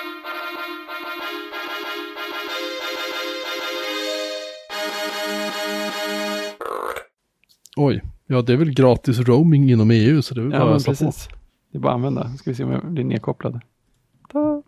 Oj, ja det är väl gratis roaming inom EU så det är väl bara att precis. På. Det är bara att använda. Ska vi se om jag blir nedkopplad. Ta.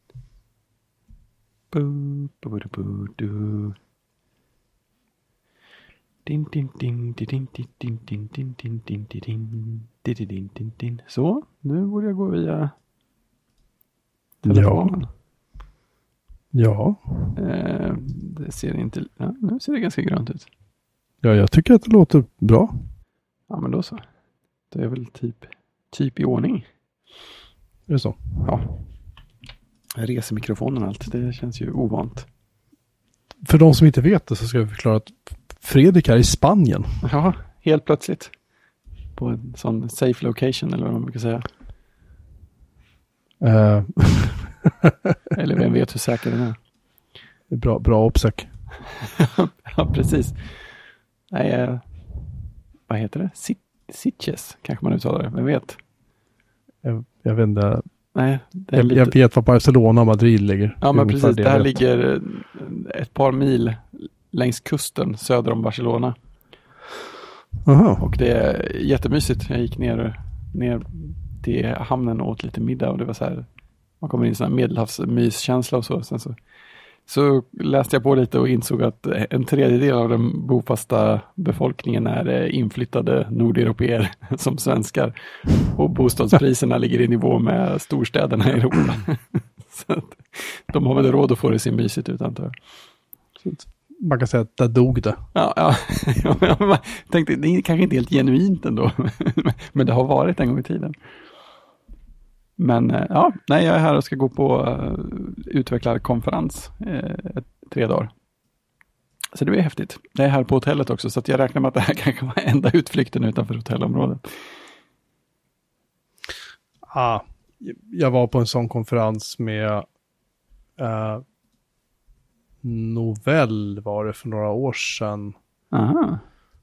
Så, nu borde jag gå via telefonen. Ja. Det ser inte... Ja, nu ser det ganska grönt ut. Ja, jag tycker att det låter bra. Ja, men då så. Det är väl typ i ordning. Är det så? Ja. Resemikrofonen och allt. Det känns ju ovant. För de som inte vet det så ska jag förklara att Fredrik är i Spanien. Ja, helt plötsligt. På en sån safe location eller vad man brukar säga. Eller vem vet hur säker den är. Bra uppsök. Ja, precis. Nej, vad heter det? Sitges kanske man uttalar det. Vem vet? Jag vet inte. Nej, jag vet vad Barcelona och Madrid ligger. Ja, men precis. Det här ligger ett par mil längs kusten söder om Barcelona. Aha. Och det är jättemysigt. Jag gick ner till hamnen och åt lite middag och det var så här, man kommer in i en sån här medelhavsmyskänsla och så. Sen så läste jag på lite och insåg att en tredjedel av den bofasta befolkningen är inflyttade nordeuropeer som svenskar. Och bostadspriserna ligger i nivå med storstäderna i Europa. Så att de har väl råd att få det se mysigt ut, antar jag. Man kan säga att där dog det. Ja. Jag tänkte, det är kanske inte helt genuint ändå. Men det har varit en gång i tiden. Men ja, nej, jag är här och ska gå på utvecklarkonferens 3 dagar. Så det blir häftigt. Jag är här på hotellet också, så att jag räknar med att det här kanske var enda utflykten utanför hotellområdet. Jag var på en sån konferens med Novell var det för några år sedan. Aha.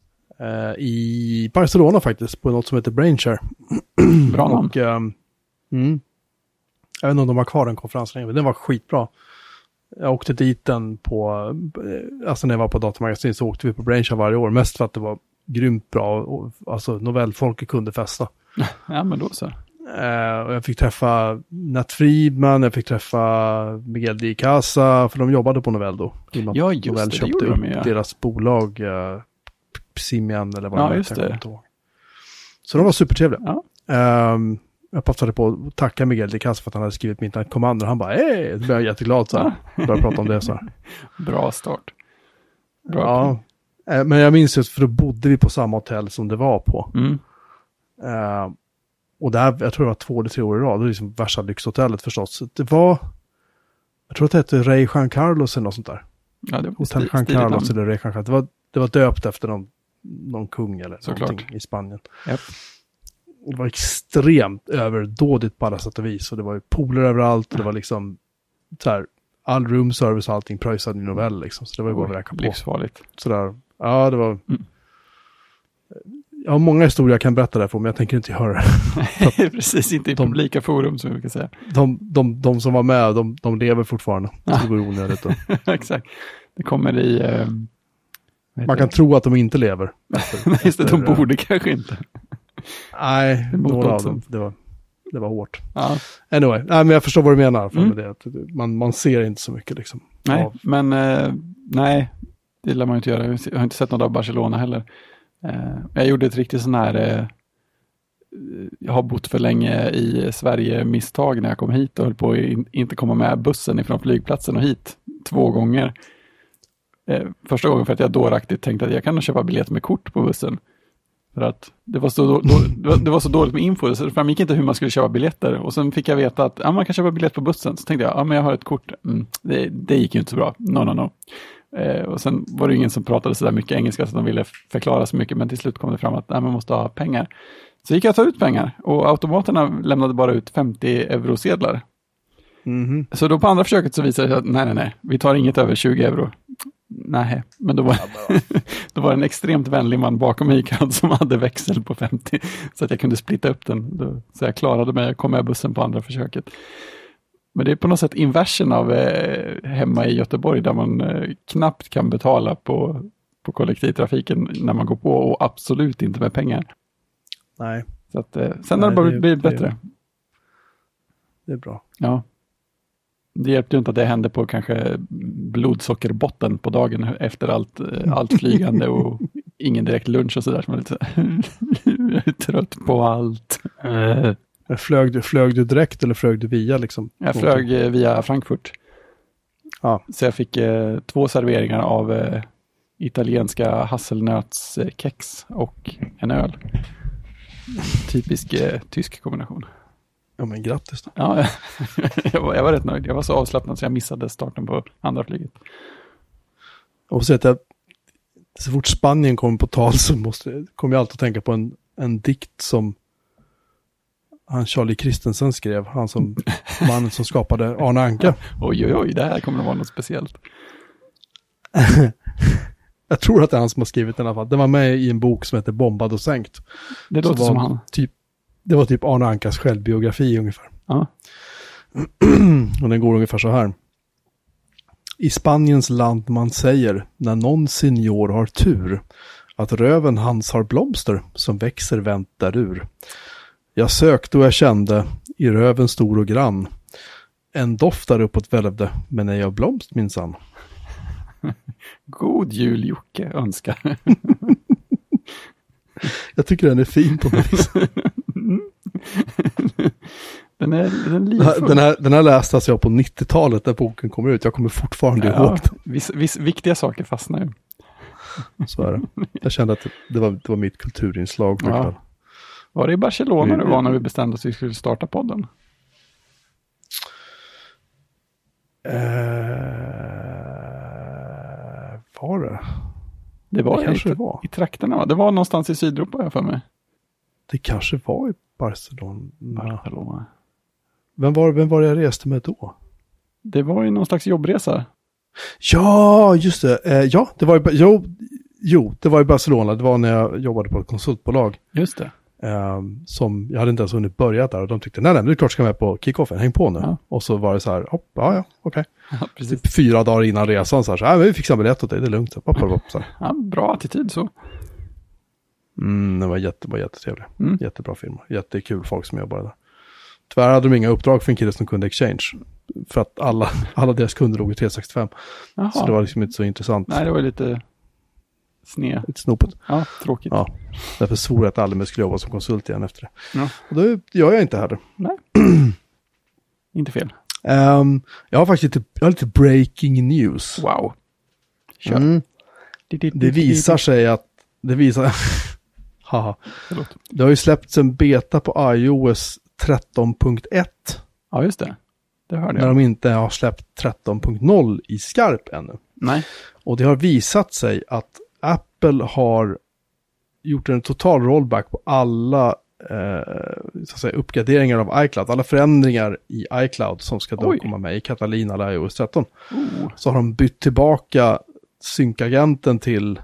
I Barcelona faktiskt, på något som heter Brainshare. Bra namn. Och, jag vet inte om de har kvar den konferensen, men den var skitbra. Jag åkte dit den på, alltså när jag var på datamagasin så åkte vi på Brainshare varje år, mest för att det var grymt bra, och, alltså Novell-folket kunde festa. Ja, men då så. Och jag fick träffa Nat Friedman, jag fick träffa Miguel de Casa, för de jobbade på Novell då. Ja, just Novell det, köpte de, ja. deras bolag, Simian eller vad det var. Just det. Så de var supertrevliga. Ja. Jag passade på att tacka Miguel de Casa för att han hade skrivit Midnight Commander. Han bara, då blev jag jätteglad så här. Började prata om det så här. Bra start. Bra. Ja, men jag minns just för då bodde vi på samma hotell som det var på. Och där, jag tror det var 2 eller 3 år i rad, det är liksom värsta lyxhotellet förstås. Det var, jag tror att det hette Rey Juan Carlos eller något sånt där. Ja, det var Hotell Juan Carlos eller Rey Juan Carlos. Det var döpt efter någon kung eller någonting i Spanien. Yep. Och det var extremt överdådigt på alla sätt och vis. Och det var ju pooler överallt. Och det var liksom så här, all room service och allting pröjsade i Novell liksom. Så det var ju bara att räkna på. Livsfarligt. Sådär. Ja, det var... Jag har många historier jag kan berätta därför, men jag tänker inte höra det. Precis, inte i publika forum som vi kan säga. De som var med, de lever fortfarande. Så det går onödigt då. Exakt. Det kommer i... Man kan tro att de inte lever. Just det, de borde kanske inte. Nej, några av dem. Det var hårt. Ja. Anyway, men jag förstår vad du menar. För med det, att man ser inte så mycket liksom. Nej, men nej, det lär man inte göra. Jag har inte sett något av Barcelona heller. Jag gjorde ett riktigt sån här jag har bott för länge i Sverige misstag när jag kom hit och höll på att inte komma med bussen ifrån flygplatsen och hit 2 gånger. Första gången för att jag dåraktigt tänkte att jag kan köpa biljett med kort på bussen. För att det var så dåligt med info, så det framgick inte hur man skulle köpa biljetter. Och sen fick jag veta att man kan köpa biljett på bussen. Så tänkte jag, men jag har ett kort. Det gick ju inte så bra. No. Och sen var det ingen som pratade så där mycket engelska så de ville förklara så mycket. Men till slut kom det fram att man måste ha pengar. Så gick jag ta ut pengar. Och automaterna lämnade bara ut 50 eurosedlar. Mm-hmm. Så då på andra försöket så visade det sig att nej. Vi tar inget över 20 euro. Nej, men då var det en extremt vänlig man bakom mig som hade växel på 50 så att jag kunde splitta upp den. Så jag klarade mig, jag kom med bussen på andra försöket. Men det är på något sätt inversen av hemma i Göteborg där man knappt kan betala på kollektivtrafiken när man går på och absolut inte med pengar. Nej. Så att, sen har det bara blivit bättre. Det är bra. Ja. Det hjälpte ju inte att det hände på kanske blodsockerbotten på dagen efter allt flygande och ingen direkt lunch och sådär. Som var lite jag är trött på allt. Flög du direkt eller flög du via liksom? Jag flög via Frankfurt. Ja. Så jag fick 2 serveringar av italienska hasselnötskex och en öl. Typisk tysk kombination. Ja, men grattis då. Ja, jag var rätt nöjd. Jag var så avslappnad så jag missade starten på andra flyget. Och så att så fort Spanien kommer på tal så kommer jag alltid att tänka på en dikt som han Charlie Christensen skrev. Mannen som skapade Arne Anka. Oj, det här kommer att vara något speciellt. Jag tror att det är han som har skrivit den i alla fall. Den var med i en bok som heter Bombad och sänkt. Det låter som han. Det var typ Arne Ankas självbiografi ungefär. Ja. Och den går ungefär så här. I Spaniens land man säger, när någon senior har tur, att röven hans har blomster som växer vänt därur. Jag sökte och jag kände, i röven stor och grann, en doft där uppåt välvde, men är jag blomst minsann. God jul Jocke, önskar. Jag tycker den är fin på något vis. Den är den här lästes jag på 90-talet när boken kommer ut. Jag kommer fortfarande ihåg den. Viktiga saker fastnar ju. Så är det. Jag kände att det var mitt kulturinslag. Ja. Var det i Barcelona du var när vi bestämde att vi skulle starta podden? Var det? Det var kanske i trakterna. Det var någonstans i Sydeuropa jag för mig. Det kanske var i Barcelona. Vem var det jag reste med då? Det var ju någon slags jobbresa. Ja, just det. Ja, det var det var i Barcelona. Det var när jag jobbade på ett konsultbolag. Just det. Som jag hade inte ens hunnit börja där och de tyckte, nej, det är klart ska med på kickoffen, häng på nu. Ja. Och så var det så här, okej. Ja, precis. Typ 4 dagar innan resan så här, vi fixar biljett åt dig, det är lugnt. Så här. Ja, bra attityd så. Det var jättetrevlig. Jättebra firma. Jättekul folk som jobbade där. Tyvärr hade de inga uppdrag för en kille som kunde Exchange. För att alla deras kunder låg i 365. Jaha. Så det var liksom inte så intressant. Nej, det var lite lite snopet. Ja, tråkigt. Ja, därför svor jag att aldrig mer skulle jobba som konsult igen efter det. Ja. Och då gör jag inte heller. Nej. Inte fel. Jag har faktiskt lite breaking news. Wow. Kör. Det visar sig att det har ju släppts en beta på iOS 13.1. Ja, just det. Det hörde jag. När de inte har släppt 13.0 i skarp ännu. Nej. Och det har visat sig att Apple har gjort en total rollback på alla så att säga, uppgraderingar av iCloud. Alla förändringar i iCloud som ska då komma med i Catalina eller iOS 13. Så har de bytt tillbaka synkagenten till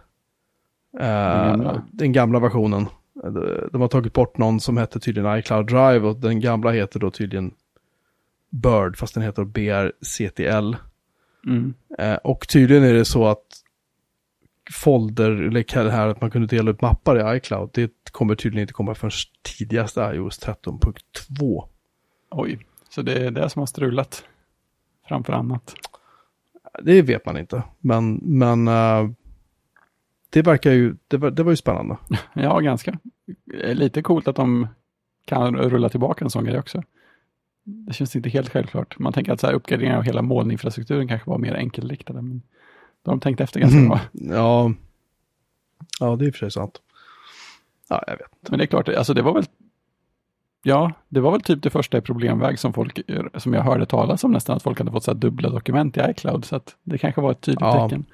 den gamla versionen. De har tagit bort någon som hette tydligen iCloud Drive och den gamla heter då tydligen Bird fast den heter BRCTL. Och tydligen är det så att folder eller här att man kunde dela upp mappar i iCloud, det kommer tydligen inte komma förrän tidigast iOS 13.2. Oj, så det är det som har strulat framför annat. Det vet man inte, men det verkar ju, det var ju spännande. Ja, ganska. Lite coolt att de kan rulla tillbaka en sån grej också. Det känns inte helt självklart. Man tänker att så här uppgraderingar av hela molninfrastrukturen kanske var mer enkelriktade, men de har tänkt efter ganska bra. Ja, det är i och för sig sant. Ja, jag vet inte. Men det är klart, alltså det var väl typ det första i problemväg som jag hörde talas om nästan, att folk hade fått så här dubbla dokument i iCloud, så att det kanske var ett tydligt tecken.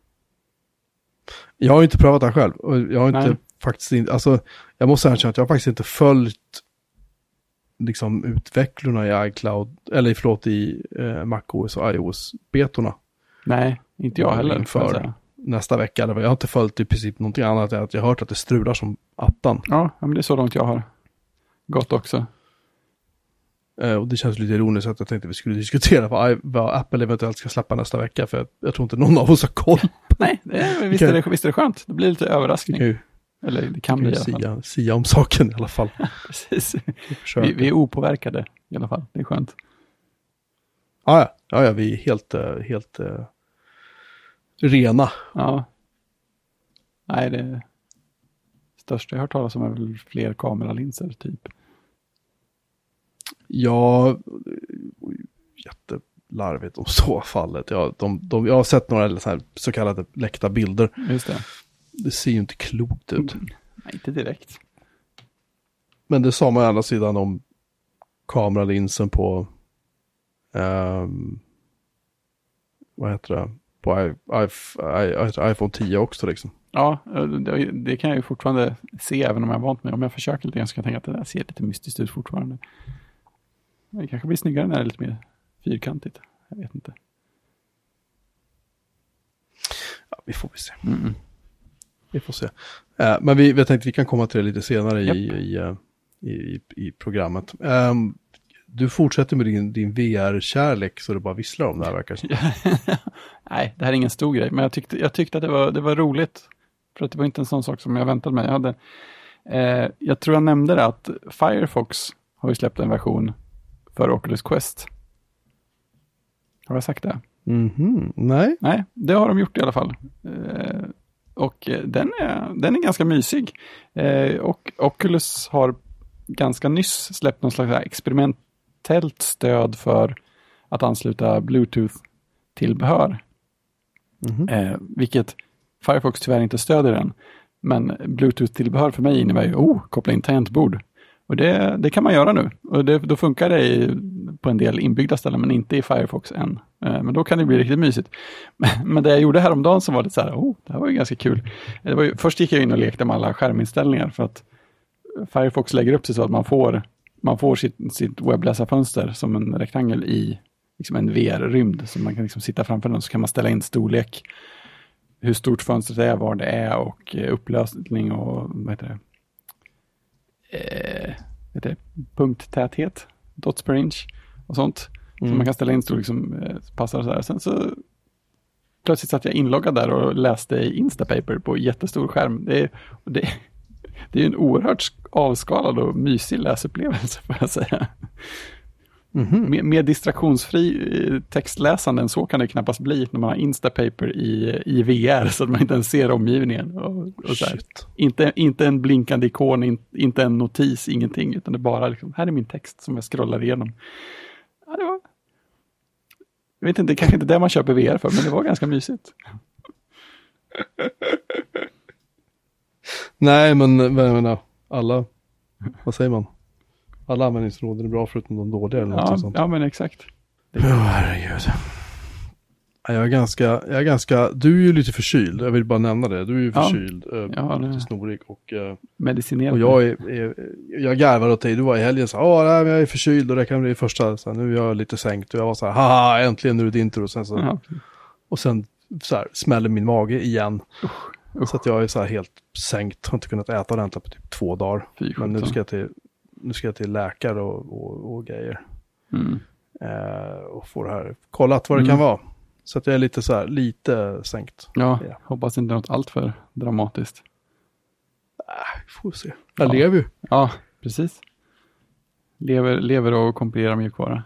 Jag har inte prövat det själv. Och jag har inte jag måste erkänna att jag har faktiskt inte följt liksom utvecklarna i iCloud, eller i macOS och iOS-betorna. Nej, inte jag heller. För nästa vecka. Jag har inte följt i princip någonting annat än att jag har hört att det strular som attan. Ja, men det är så långt jag har gått också. Och det känns lite ironiskt att jag tänkte att vi skulle diskutera vad Apple eventuellt ska släppa nästa vecka, för jag tror inte någon av oss har koll. Nej, visst är det skönt. Det blir lite överraskning. Eller det kan bli i alla fall. Sia om saken i alla fall. Precis. Vi är opåverkade i alla fall. Det är skönt. Ja, vi är helt rena. Ja. Nej, det största jag har hört talas om är väl fler kameralinser typ. Ja, jättelarvigt om så fallet. Jag har sett några så kallade läckta bilder. Just det. Det ser ju inte klokt ut. Nej, inte direkt. Men det sa man å andra sidan om kameralinsen på vad heter det? På iPhone 10 också liksom. Ja, det kan jag ju fortfarande se även om jag har vant mig. Om jag försöker lite grann så kan jag tänka att det där ser lite mystiskt ut fortfarande. Det kanske blir snyggare när det är lite mer fyrkantigt. Jag vet inte. Ja, vi får se. Vi får se. Men jag tänkte vi kan komma till det lite senare i programmet. Du fortsätter med din VR-kärlek så det bara visslar om det här verkar som. Nej, det här är ingen stor grej. Men jag tyckte att det var roligt. För att det var inte en sån sak som jag väntade mig. Jag tror jag nämnde det att Firefox har ju släppt en version för Oculus Quest. Har jag sagt det? Nej. Nej, det har de gjort i alla fall. Och den är ganska mysig. Och Oculus har ganska nyss släppt någon slags experimentellt stöd för att ansluta Bluetooth-tillbehör. Vilket Firefox tyvärr inte stödjer än. Men Bluetooth-tillbehör för mig innebär ju koppla in tangentbord. Och det kan man göra nu. Och då funkar det på en del inbyggda ställen men inte i Firefox än. Men då kan det bli riktigt mysigt. Men det jag gjorde häromdagen så var det så här, det här var ju ganska kul. Först gick jag in och lekte med alla skärminställningar för att Firefox lägger upp sig så att man får sitt webbläsarfönster som en rektangel i liksom en VR-rymd. Så man kan liksom sitta framför den så kan man ställa in storlek, hur stort fönstret är, var det är och upplösning och vad heter det? Punkttäthet, dots per inch och sånt. Så man kan ställa in storlek som passar så här. Sen så plötsligt satt jag inloggad där och läste i Instapaper på jättestor skärm. Det är ju en oerhört avskalad och mysig läsupplevelse får jag säga. Mer distraktionsfri textläsande än så kan det knappast bli när man har Instapaper i VR så att man inte ens ser omgivningen. Och så här. Inte en blinkande ikon, inte en notis, ingenting, utan det är bara liksom, här är min text som jag scrollar igenom. Ja, det var... Jag vet inte, det kanske inte är det man köper VR för, men det var ganska mysigt. Nej, men alla, vad säger man? Alla användningsområden är bra förutom de dåliga eller något sånt. Ja, men exakt. Herregud. Jag är ganska, du är ju lite förkyld, jag vill bara nämna det. Du är ju förkyld, lite snorig och medicinerad. Och jag garvar åt dig, du var i helgen så jag är förkyld och det kan bli första, så nu är jag lite sänkt och jag var så här, haha, äntligen nu är det din tur och sen så här, smäller min mage igen. Så att jag är så här helt sänkt, har inte kunnat äta ordentligt på typ 2 dagar. Men nu ska jag till läkare och grejer. Och få det här kollat vad det kan vara. Så att jag är lite så här, lite sänkt. Ja, hoppas inte något allt för dramatiskt. Får se. Jag lever ju. Ja, precis. Lever och kompilerar mjukvara.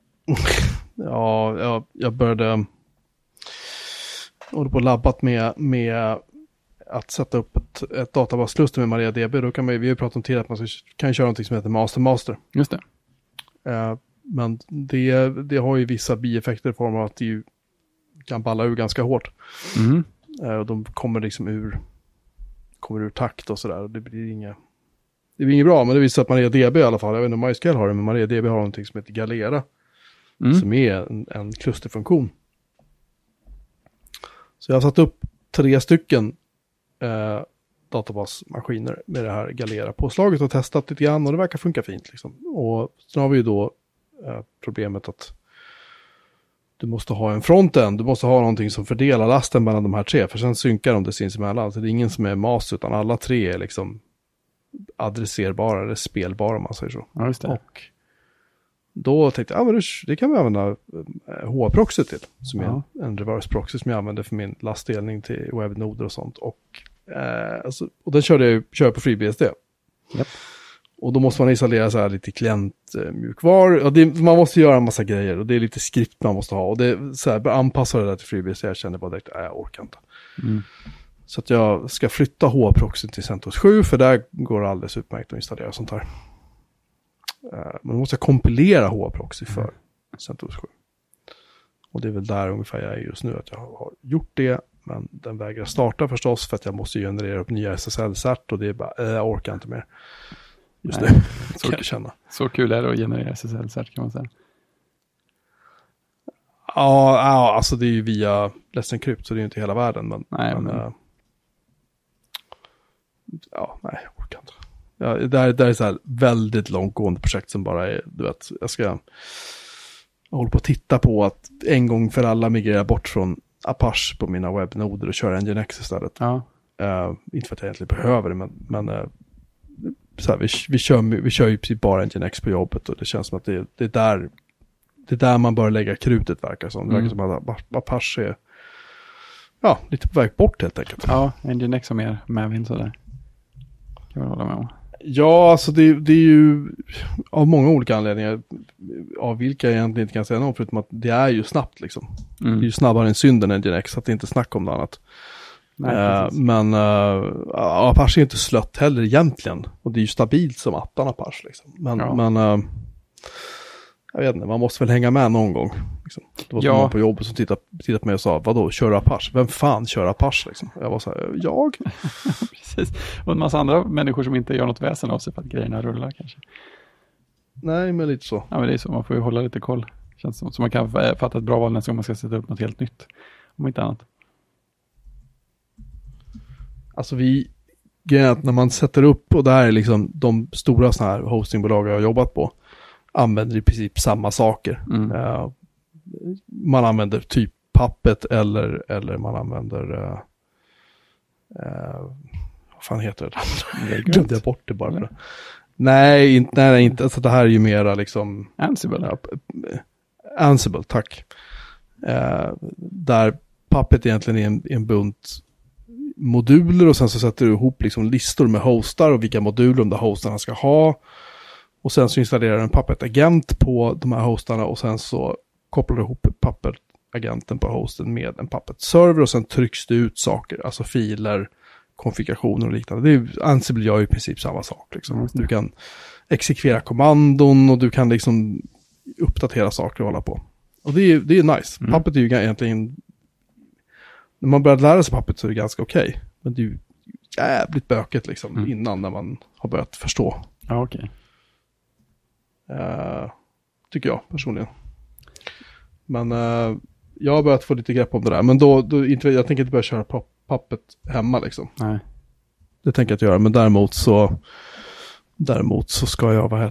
Ja, jag började hålla på och labbat med att sätta upp ett databasluster med MariaDB. Då kan vi har ju pratat om tidigare att man kan köra något som heter Master. Just det. Men det har ju vissa bieffekter i form av att det ju kan balla ur ganska hårt. Och de kommer liksom ur takt och sådär. Det blir inget bra, men det visar att MariaDB i alla fall, jag vet inte om MySQL har det, men MariaDB har någonting som heter Galera. Som är en klusterfunktion. Så jag har satt upp 3 stycken databasmaskiner med det här Galera-påslaget och testat lite grann och det verkar funka fint. Liksom. Och sen har vi ju då problemet att du måste ha en frontend, du måste ha någonting som fördelar lasten mellan de här 3, för sen synkar de det sinsemellan. Så det är ingen som är mas, utan alla 3 är liksom adresserbara eller spelbara om man säger så. Ja, just det. Och Då tänkte jag, men det kan vi använda HA-proxy till. Som är en reverse proxy som jag använder för min lastdelning till webbnoder och sånt. Och den kör jag på FreeBSD. Yep. Och då måste man installera så här lite klientmjukvar. Man måste göra en massa grejer. Och det är lite skript man måste ha. Och det är så här, anpassa det där till FreeBSD. Jag känner bara direkt, jag orkar inte. Så att jag ska flytta HA-proxyn till CentOS 7. För där går det alldeles utmärkt att installera sånt här. Men då måste jag kompilera HA-proxy för CentOS 7. Och det är väl där ungefär jag är just nu. Att jag har gjort det. Men den vägrar starta förstås. För att jag måste generera upp nya SSL-cert. Och det är bara, jag orkar inte mer. Just nu. Så kan jag känna. Så kul är det att generera SSL-cert kan man säga. Ja, alltså det är ju via Let's Encrypt. Så det är ju inte hela världen. Men jag orkar inte. Ja, det är så här väldigt långtgående projekt som bara är, du vet, jag håller på att titta på att en gång för alla migrera bort från Apache på mina webbnoder och köra Nginx istället. Ja. Inte för att jag egentligen behöver det, men så här, vi kör ju precis bara Nginx på jobbet och det känns som att det är där man bör lägga krutet verkar som. Det verkar som att Apache är lite på väg bort helt enkelt. Ja, Nginx har mer medvind sådär. Kan jag hålla med om. Ja, alltså det är ju av många olika anledningar, av vilka jag egentligen inte kan säga någon, förutom att det är ju snabbt liksom. Det är ju snabbare än synden än Nginx, så att det inte snackar om något annat. Nej, men Apache är inte slött heller egentligen, och det är ju stabilt som attan Apache liksom. Men jag vet inte, man måste väl hänga med någon gång liksom. Det var någon på jobbet som tittade på mig och sa, vadå, kör Apache? Vem fan kör Apache liksom? Jag var så här, jag? Precis, och en massa andra människor som inte gör något väsen av sig för att grejerna rullar kanske. Nej, men lite så. Ja, men det är så, man får ju hålla lite koll. Känns som så man kan fatta ett bra val nästa gång man ska sätta upp något helt nytt. Om inte annat. Alltså grejen är att när man sätter upp, och det här är liksom de stora såna här hostingbolag jag har jobbat på, använder i princip samma saker. Man använder typ Puppet eller man använder vad fan heter det? Jag glömde bort det bara. För. Nej, inte. Alltså det här är ju mera liksom Ansible. Ansible, tack. Där Puppet egentligen är en bunt moduler, och sen så sätter du ihop liksom listor med hostar och vilka moduler de där hostarna ska ha. Och sen så installerar du en Puppet-agent på de här hostarna, och sen så kopplar du ihop Puppet-agenten på hosten med en Puppet-server, och sen trycks det ut saker, alltså filer, konfigurationer och liknande. Ansible gör ju i princip samma sak. Liksom. Du kan exekvera kommandon och du kan liksom uppdatera saker och hålla på. Och det är nice. Puppet är ju egentligen, när man börjar lära sig Puppet så är det ganska okej. Men det är ju jävligt böket liksom innan, när man har börjat förstå. Ja, okej. Tycker jag personligen. Men jag har börjat få lite grepp om det där. Men då jag tänker inte börja köra Puppet hemma liksom. Nej. Det tänker jag inte göra. Men däremot så ska jag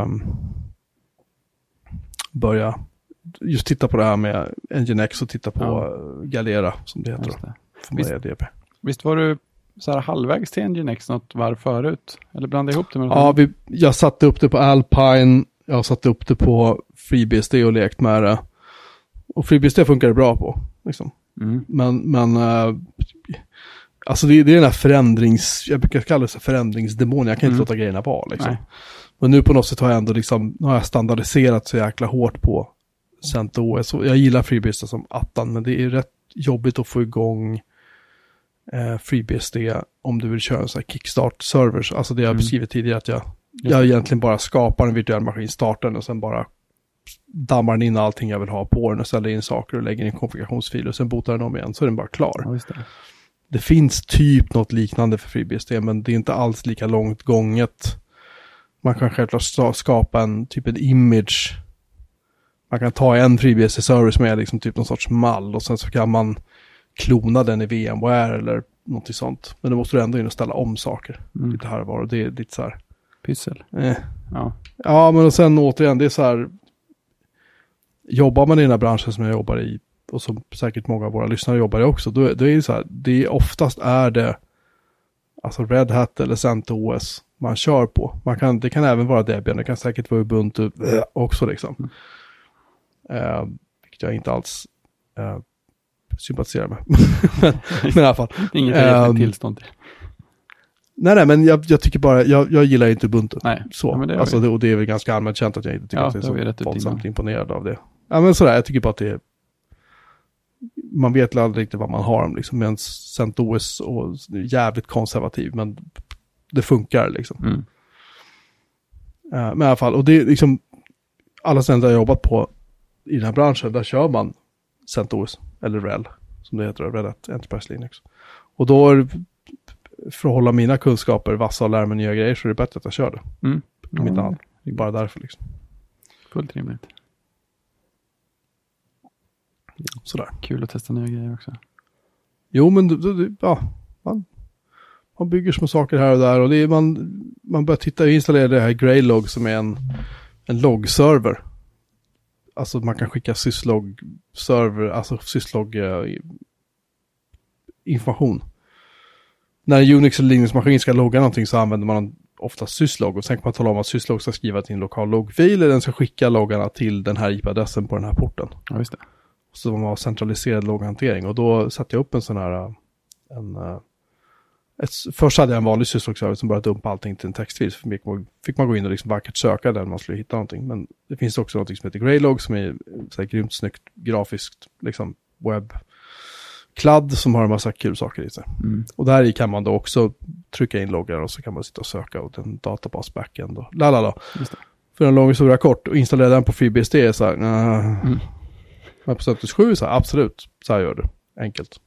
börja just titta på det här med Nginx och titta på Galera som det heter. Det. Visst var du så här halvvägs till Nginx något varv förut? Eller blandade ihop det med något? Ja, jag satte upp det på Alpine. Jag satte upp det på FreeBSD och lekt med det. Och FreeBSD funkar det bra på. Liksom. Men alltså det är den här jag brukar kalla det förändringsdemon. Jag kan inte låta grejerna vara. Liksom. Men nu på något sätt har jag ändå liksom, har jag standardiserat så jäkla hårt på CentOS. Jag gillar FreeBSD som attan, men det är rätt jobbigt att få igång FreeBSD om du vill köra en sån här kickstart-servers. Alltså det jag beskrivit tidigare, att jag egentligen bara skapar en virtuell maskin, startar den och sen bara dammar den in allting jag vill ha på den och ställer in saker och lägger in konfigurationsfiler och sen botar den om igen, så är den bara klar. Ja, just det. Det finns typ något liknande för FreeBSD, men det är inte alls lika långt gånget. Man kan självklart skapa en image. Man kan ta en FreeBSD-server som är liksom typ någon sorts mall, och sen så kan man klona den i VMware eller något sånt. Men då måste du ändå in och ställa om saker. Lite här var, och det är lite så här pyssel. Ja, men och sen återigen, det är så här, jobbar man i den här branschen som jag jobbar i, och som säkert många av våra lyssnare jobbar i också, då är det så här, oftast är det alltså Red Hat eller CentOS man kör på. Det kan även vara Debian, det kan säkert vara Ubuntu också liksom. Vilket jag inte alls sympatiserar med. men i alla fall. Inget tillstånd. Nej, men jag tycker bara, jag gillar inte Ubuntu. Nej. Så. Ja, men och det är väl ganska allmänt känt att jag inte tycker att det är så våldsamt imponerad av det. Ja, men sådär, jag tycker bara att det är, man vet aldrig riktigt vad man har om liksom, medan CentOS och jävligt konservativ, men det funkar liksom. Men i alla fall, och det är liksom, alla ställen jag har jobbat på i den här branschen, där kör man CentOS, eller RHEL, som det heter, Red Hat Enterprise Linux. Och då, för att hålla mina kunskaper vassa och lära mig nya grejer, så är det bättre att jag kör det. Om inte annat. Det är bara därför liksom. Fullt rimligt. Sådär. Kul att testa nya grejer också. Jo, men man bygger små saker här och där, och det är, man börjar installera det här Greylog som är en loggserver. Alltså man kan skicka syslog-server, alltså syslog-information. När en Unix eller Linux-maskin ska logga någonting så använder man ofta syslog, och sen kan man tala om att syslog ska skriva till en lokal loggfil, eller den ska skicka loggarna till den här IP-adressen på den här porten. Ja, just det. Så man har centraliserad logghantering, och då satte jag upp en sån här först hade jag en vanlig syslog-server som bara dumpa allting till en textfil, så fick man gå in och liksom vackert söka där man skulle hitta någonting. Men det finns också något som heter Greylog som är så här grymt snyggt grafiskt liksom webbkladd som har en massa kul saker i sig. Och där i kan man då också trycka in loggar, och så kan man sitta och söka åt en databas backend och lalala. Just det. För en lång historia kort, och installera den på FreeBSD är så här, men på CentOS 7 så här, absolut, så här gör du. Enkelt.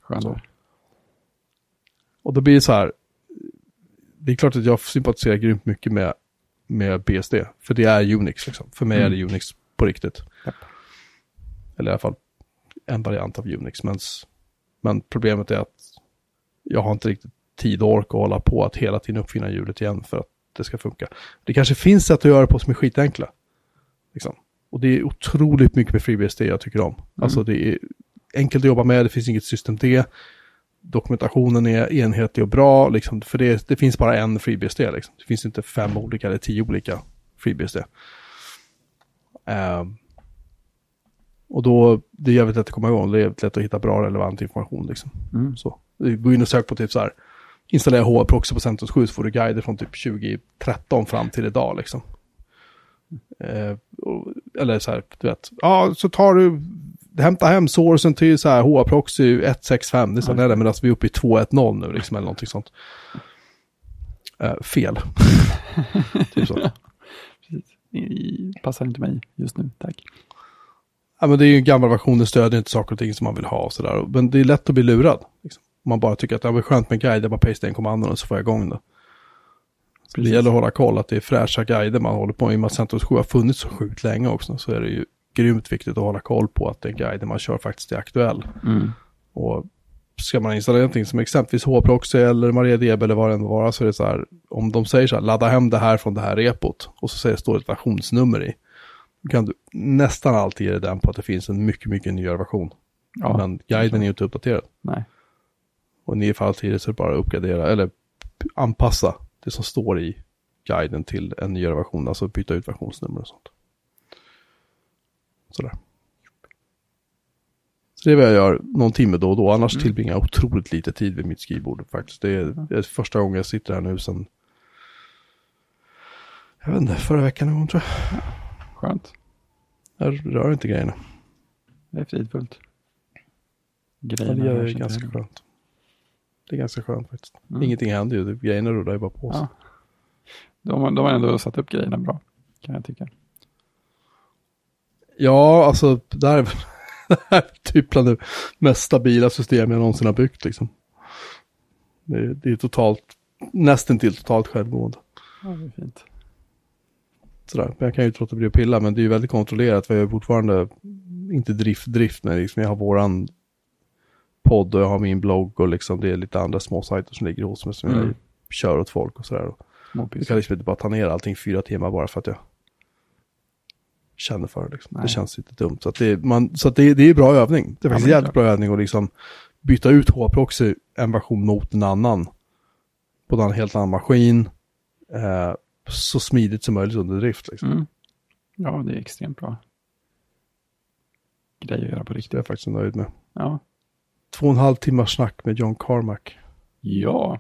Och då blir det så här, det är klart att jag sympatiserar grymt mycket med BSD, för det är Unix liksom. För mig är det Unix på riktigt. Yep. Eller i alla fall en variant av Unix, men problemet är att jag har inte riktigt tid och ork att hålla på att hela tiden uppfinna hjulet igen för att det ska funka. Det kanske finns sätt att göra på som är skitenkla. Liksom. Och det är otroligt mycket med FreeBSD jag tycker om. Alltså det är enkelt att jobba med, det finns inget system D. Dokumentationen är enhetlig och bra, liksom, för det finns bara en FreeBSD. Liksom. Det finns inte 5 olika eller 10 olika FreeBSD. Och då, det är jävligt lätt att komma igång. Det är jävligt lätt att hitta bra relevant information. Liksom. Så, gå in och sök på typ så här, installera HA-proxy på CentOS 7, så får du guider från typ 2013 fram till idag. Liksom. Eller så här, du vet. Ja, så tar du, hämta hem sourcen till så här HA-proxy 165. Det är så nej, men alltså vi är uppe i 2.1.0 nu liksom, eller någonting sånt. Fel. Typ så. Passar inte mig just nu, tack. Ja, men det är ju en gammal version, det stödjer inte saker och ting som man vill ha och sådär. Men det är lätt att bli lurad. Liksom. Man bara tycker att det är skönt med guider, bara paste en kommandon och så får jag igång det. Det gäller att hålla koll att det är fräscha guider man håller på. I och med att CentOS 7 har funnits så sjukt länge också, så är det ju grymt viktigt att hålla koll på att den guiden man kör faktiskt är aktuell. Och ska man installera någonting som exempelvis HProxy eller MariaDB eller vad det än var, så är det så här, om de säger så här, ladda hem det här från det här repot, och så står det ett versionsnummer i, då kan du nästan alltid ge den på att det finns en mycket, mycket nyare version. Ja, men guiden är ju inte uppdaterad. Nej. Och i 9 fall till det så är det bara att uppgradera eller anpassa det som står i guiden till en nyare version, alltså byta ut versionsnummer och sånt. Sådär. Så det är vad jag gör någon timme då och då, annars tillbringar jag otroligt lite tid vid mitt skrivbord faktiskt. Det är första gången jag sitter här nu sen, jag vet inte, förra veckan någon gång tror jag. Skönt. Jag rör inte grejerna. Det är fridfullt. Grejerna det är ganska skönt. Det är ganska skönt faktiskt. Ingenting händer ju, grejerna rullar ju bara på sig. Ja. De har ändå satt upp grejerna bra, kan jag tycka. Ja, alltså det här är typ bland det mest stabila system jag någonsin har byggt liksom. Det är totalt, nästan till totalt självgående. Ja, det är fint. Sådär. Jag kan ju inte låta bli att pilla, men det är ju väldigt kontrollerat. Vi har fortfarande inte drift med liksom. Jag har våran podd och jag har min blogg och liksom det är lite andra små sajter som ligger hos mig som jag kör åt folk och sådär. Jag kan liksom inte bara ta ner allting 4 timmar bara för att jag känner för det. Liksom. Det känns lite dumt. Så att det är bra övning. Det är faktiskt jävligt bra övning att liksom byta ut HProxy en version mot en annan på en helt annan maskin. Så smidigt som möjligt under drift. Liksom. Mm. Ja, det är extremt bra grej att göra på riktigt. Det är jag faktiskt nöjd med. Ja. 2,5 timmars snack med John Carmack. Ja.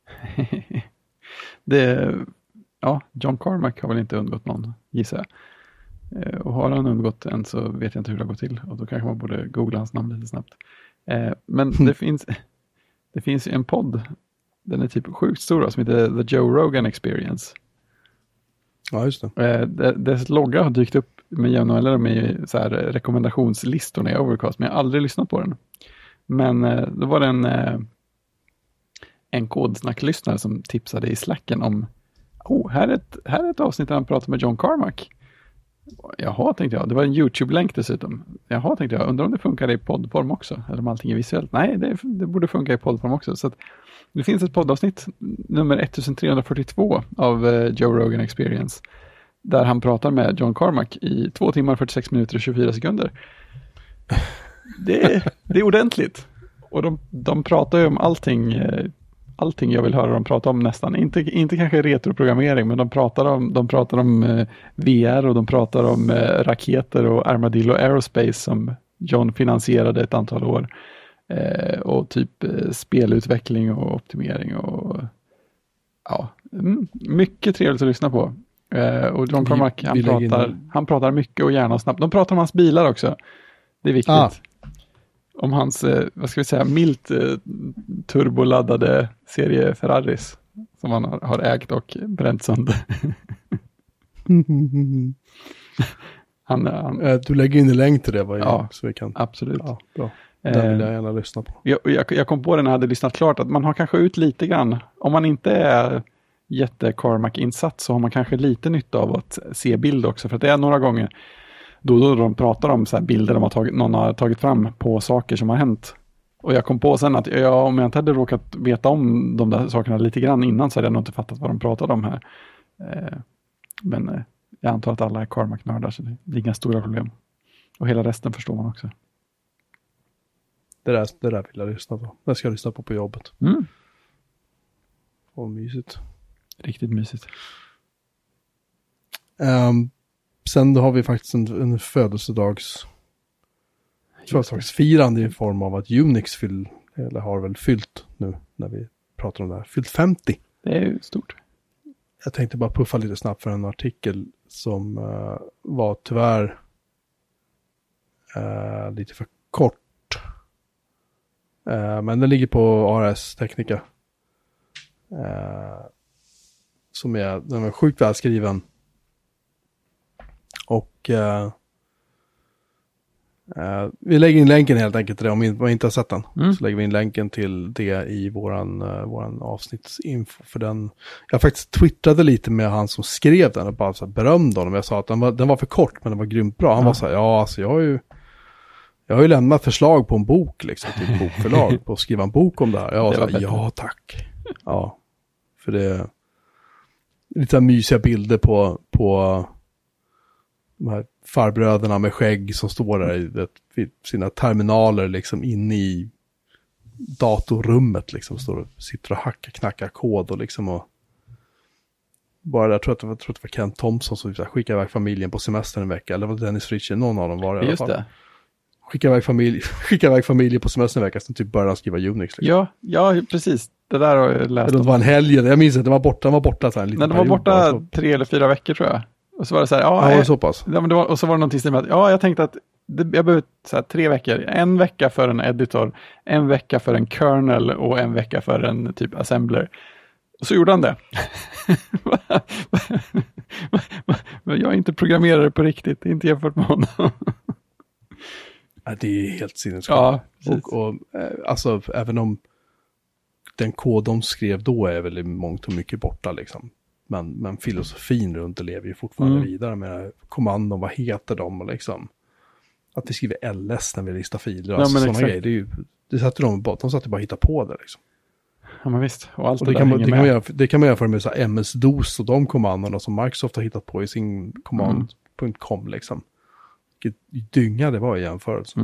John Carmack har väl inte undgått någon, gissar jag. Och har han undgått en så vet jag inte hur det går till. Och då kanske man borde googla hans namn lite snabbt. Men det finns en podd. Den är typ sjukt stor som heter The Joe Rogan Experience. Ja, just det. Dess logga har dykt upp med jämna eller med så här rekommendationslistorna i Overcast. Men jag har aldrig lyssnat på den. Men då var det en kodsnacklyssnare som tipsade i Slacken om här är ett avsnitt där han pratar med John Carmack. Jaha, tänkte jag. Det var en YouTube-länk dessutom. Jaha, tänkte jag. Undrar om det funkar i poddform också. Eller om allting är visuellt. Nej, det borde funka i poddform också. Så att det finns ett poddavsnitt, nummer 1342 av Joe Rogan Experience. Där han pratar med John Carmack i 2 timmar, 46 minuter och 24 sekunder. Det är ordentligt. Och de pratar ju om allting jag vill höra dem prata om nästan. Inte kanske retroprogrammering, men de pratar om VR och de pratar om raketer och Armadillo Aerospace som John finansierade ett antal år. Och typ spelutveckling och optimering och mycket trevligt att lyssna på. Och John Carmack, han pratar mycket och gärna och snabbt. De pratar om hans bilar också. Det är viktigt. Om hans, vad ska vi säga, milt turboladdade serie Ferraris som han har ägt och bränt sönder. Du lägger in en länk till det, så vi kan. Absolut. Ja, bra. Den vill jag gärna lyssna på. Jag kom på det när jag hade lyssnat klart att man har kanske ut lite grann. Om man inte är jätte-Carmack-insatt så har man kanske lite nytta av att se bild också. För att det är några gånger då de pratar om så här bilder någon har tagit fram på saker som har hänt. Och jag kom på sen att om jag inte hade råkat veta om de där sakerna lite grann innan så hade jag nog inte fattat vad de pratade om här. Men jag antar att alla är Carmack-nördar så det är inga stora problem. Och hela resten förstår man också. Det där vill jag lyssna på. Det ska jag lyssna på jobbet. Mm. Och mysigt. Riktigt mysigt. Sen har vi faktiskt en företagsfirande i form av att Unix har väl fyllt nu när vi pratar om det här. Fyllt 50. Det är ju stort. Jag tänkte bara puffa lite snabbt för en artikel som var tyvärr lite för kort. Men den ligger på ARS Teknika. Den är sjukt välskriven. Och vi lägger in länken helt enkelt till det. Om man inte har sett den så lägger vi in länken till det i våran avsnittsinfo. För jag faktiskt twittrade lite med han som skrev den och bara så berömde honom. Jag sa att den var för kort men den var grymt bra. Han var så här, jag har ju lämnat förslag på en bok liksom, till bokförlag på att skriva en bok om det här. Jag var så här, ja tack. Ja, för det är lite mysiga bilder på de här farbröderna med skägg som står där vid sina terminaler liksom inne i datorrummet liksom, sitter och knackar kod och liksom och bara där, jag tror att det var Kent Thompson som skickade iväg familjen på semester en vecka, eller var det Dennis Ritchie, någon av dem var det i alla fall. Det. Skicka iväg familjen på semester en vecka, så typ började skriva Unix. Liksom. Ja, precis. Det där har jag läst. Det var en helg, jag minns att den var borta så här en liten period. Den var borta 3 eller 4 veckor tror jag. Och så var det så här, så pass. Ja, men och så var det någonting med att, jag tänkte att jag behöver så här 3 veckor. 1 vecka för en editor, 1 vecka för en kernel och 1 vecka för en typ assembler. Och så gjorde han det. Men jag är inte programmerare på riktigt, inte jämfört med honom. Ja, det är helt sinnessjukt. Ja, och alltså, även om den kod de skrev då är väl mångt och mycket borta liksom. Men filosofin runt det lever ju fortfarande vidare med kommandon, vad heter de och liksom att vi skriver LS när vi listar filer, alltså sådana grejer. De satt bara och hitta på det liksom. Ja men visst, och allt och det kan man jämföra med så här MS-DOS och de kommandona som Microsoft har hittat på i sin command.com liksom. Vilket dynga det var i jämförelse.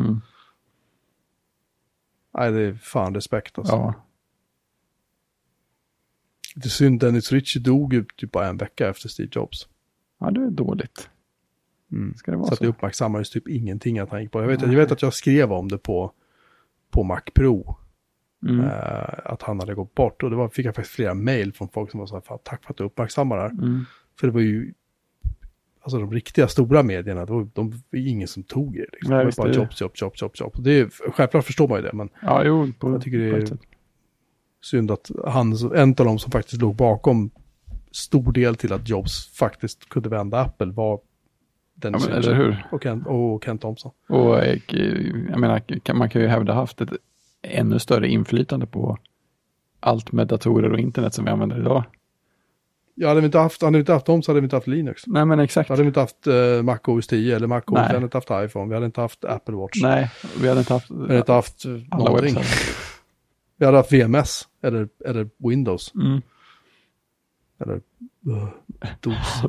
Nej, det är fan respekt alltså. Ja. Lite synd, Dennis Ritchie dog ju typ bara en vecka efter Steve Jobs. Ja, det är dåligt. Ska det vara så att det uppmärksammades typ ingenting att han gick på. Jag vet att jag skrev om det på Mac Pro. Att han hade gått bort. Och fick jag faktiskt flera mejl från folk som var så här, tack för att du uppmärksammar det här. För det var ju, alltså de riktiga stora medierna, de var ingen som tog det. Liksom. Nej, det var bara jobb. Det är, självklart förstår man ju det, men jag tycker det är synd att en av dem som faktiskt låg bakom stor del till att Jobs faktiskt kunde vända Apple var den eller hur? Och Ken Thompson. Och jag menar, man kan ju hävda haft ett ännu större inflytande på allt med datorer och internet som vi använder idag. Ja, hade vi inte haft dem så hade vi inte haft Linux. Nej, men exakt. Hade vi inte haft Mac OS 10 eller Mac OS, vi hade inte haft iPhone, vi hade inte haft Apple Watch. Nej, vi hade inte haft någonting. Vi hade haft VMS eller Windows. Eller DOS.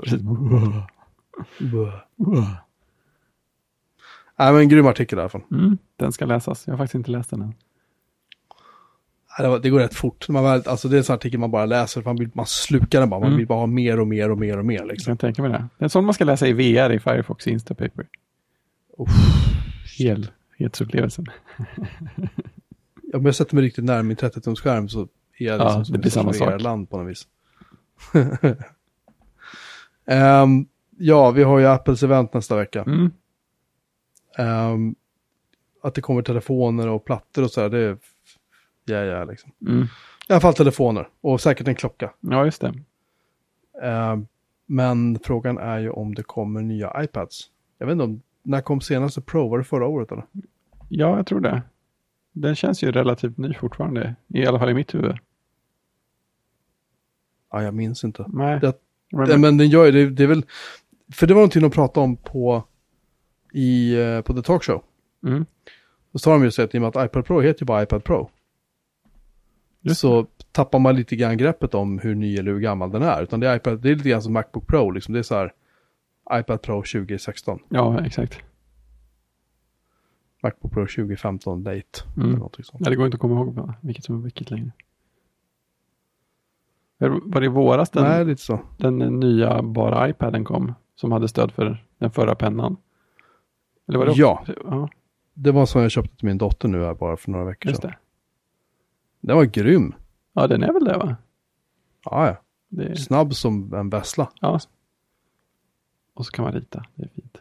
Nej, men en grym artikel i alla fall. Den ska läsas. Jag har faktiskt inte läst den än. Det går rätt fort. Det är en sån artikel man bara läser. Man slukar den bara. Man vill bara ha mer och mer och mer och mer. Liksom. Jag kan tänka mig det. Det är en sån man ska läsa i VR i Firefox Instapaper. Helhetsupplevelsen. Om jag sätter mig riktigt nära min 30-tums-skärm så är jag liksom det blir samma sak. Land på något vis. Vi har ju Apples event nästa vecka. Att det kommer telefoner och plattor och så här, det är liksom. I alla fall telefoner och säkert en klocka. Ja, just det. Men frågan är ju om det kommer nya iPads. Jag vet inte när kom senaste Pro? Var det förra året eller? Ja, jag tror det. Den känns ju relativt ny fortfarande. I alla fall i mitt huvud. Ja, jag minns inte. Nej. Men den gör ju det är väl... För det var någonting de pratade om på The Talk Show. Då sa de ju så att i och med att iPad Pro heter ju bara iPad Pro. Så tappar man lite grann greppet om hur ny eller hur gammal den är. Utan det är lite grann som MacBook Pro. Liksom. Det är så här iPad Pro 2016. Ja, exakt. MacBook Pro 2015 late. Ja, det går inte att komma ihåg vilket som är vilket längre. Var det i våras lite så. Den nya bara iPaden kom som hade stöd för den förra pennan? Eller var det ja. Det var som jag köpte till min dotter nu här bara för några veckor sedan. Den var grym. Ja, den är väl det, va? Ja. Snabb som en vässla. Ja. Och så kan man rita. Det är fint.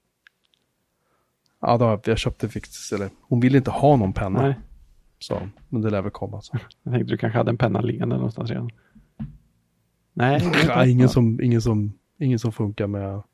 Ja, jag köpte eller hon ville inte ha någon penna. Nej. Så, men det lär väl komma. Så. Jag tänkte du kanske hade en penna liggande någonstans redan. Nej. Ingen som funkar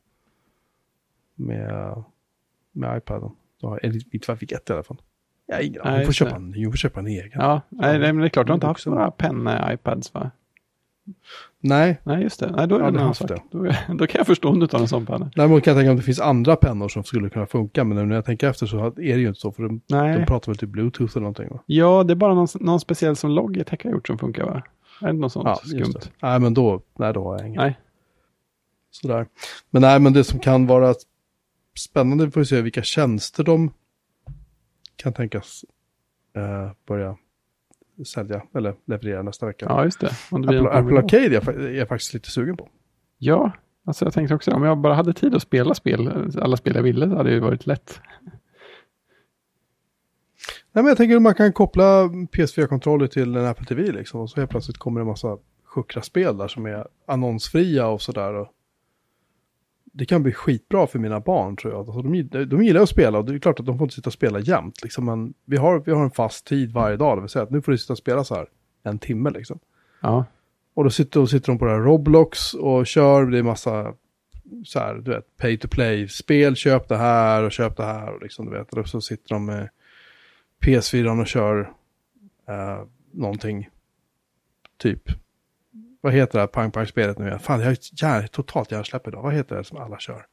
med iPaden. Inte vad jag fick ett i alla fall. Ja, hon får köpa en egen. Ja, nej, men det är klart, du har inte haft några penna-iPads, va? Nej. Nej, just det. Nej, då är det en sak. Då kan jag förstå om du tar en sån penna. Nej, man kan tänka om det finns andra pennor som skulle kunna funka, men när jag tänker efter så är det ju inte så, för de pratar väl typ Bluetooth eller någonting, va? Ja, det är bara någon speciell som Logitech har gjort som funkar, va? Är det något sånt skumt? Nej, men då har jag ingen. Nej. Sådär. Men det som kan vara spännande, vi får se vilka tjänster de kan tänkas börja sälja eller leverera nästa vecka. Ja, just det. Apple Arcade är jag faktiskt lite sugen på. Ja, alltså jag tänkte också, om jag bara hade tid att spela alla spel jag ville, så hade det varit lätt. Nej, men jag tänker att man kan koppla PS4-kontroller till en Apple TV liksom, och så helt plötsligt kommer det en massa sjuckra spel där som är annonsfria och sådär. Och det kan bli skitbra för mina barn, tror jag. Alltså, de gillar att spela, och det är klart att de får inte sitta och spela jämt. Liksom. Men vi har en fast tid varje dag. Det vill säga att nu får du sitta och spela så här en timme. Liksom. Ja. Och då sitter de på det här Roblox och kör. Det är massa så här, du vet, pay-to-play-spel. Köp det här och köp det här. Och liksom, du vet. Och så sitter de med PS4 och kör någonting. Typ. Vad heter det här pang-pang-spelet nu? Fan, jag har totalt hjärnsläpp idag. Vad heter det som alla kör?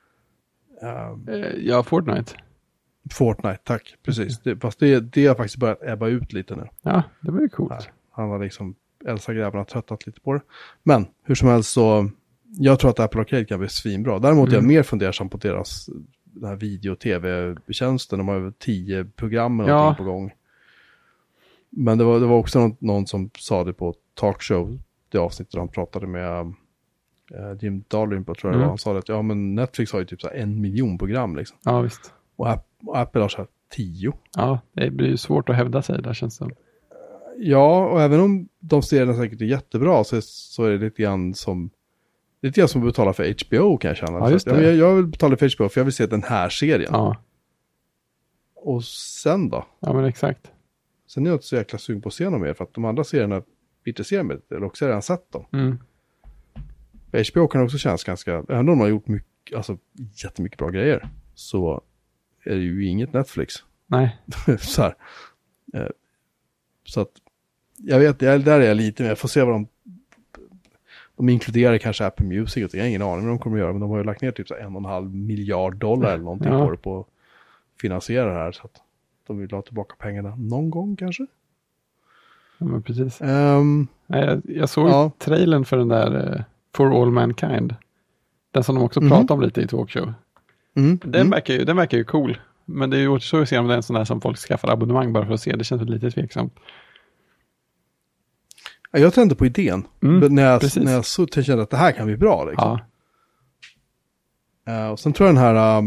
Ja, Fortnite. Fortnite, tack. Precis. Fast det har faktiskt börjat ebba ut lite nu. Ja, det var ju coolt. Här. Han har liksom, Elsa-grabben har tröttat lite på det. Men, hur som helst så, jag tror att Apple Arcade kan bli svinbra. Däremot är jag mer fundersam på deras den här video-tv-tjänsten. De har över 10 program eller någonting på gång. Men det var också någon som sa det på talkshow det avsnittet där han pratade med Jim Dalrymple, tror jag det var. Han sa att men Netflix har ju typ så här 1 miljon program liksom. Ja, visst. Och Apple har så här 10. Ja, det blir ju svårt att hävda sig där, känns det som. Ja, och även om de serierna säkert är jättebra så är det lite grann som att betala för HBO, kan jag känna. Ja, just det. Jag vill betala för HBO för jag vill se den här serien. Ja. Och sen då? Ja, men exakt. Sen är jag inte så jäkla sugen på att se någon mer, för att de andra serierna intresserar mig, eller också har jag redan sett dem. För HBO kan också kännas ganska, även om de har gjort mycket, alltså jättemycket bra grejer, så är det ju inget Netflix. Nej. Så här. Så att jag vet, där är jag lite med. Jag får se vad de inkluderar kanske Apple Music, och jag har ingen aning vad de kommer att göra, men de har ju lagt ner typ så $1,5 miljard eller någonting på det, på att finansiera det här, så att de vill ha tillbaka pengarna någon gång kanske. Ja, men precis. Jag såg trailern för den där For All Mankind. Den som de också pratar om lite i Talkshow. Den verkar ju cool. Men det är ju så att se om det är en sån där som folk skaffar abonnemang bara för att se. Det känns lite tveksamt. Jag tände på idén. När jag så kände att det här kan bli bra. Liksom. Och sen tror jag den här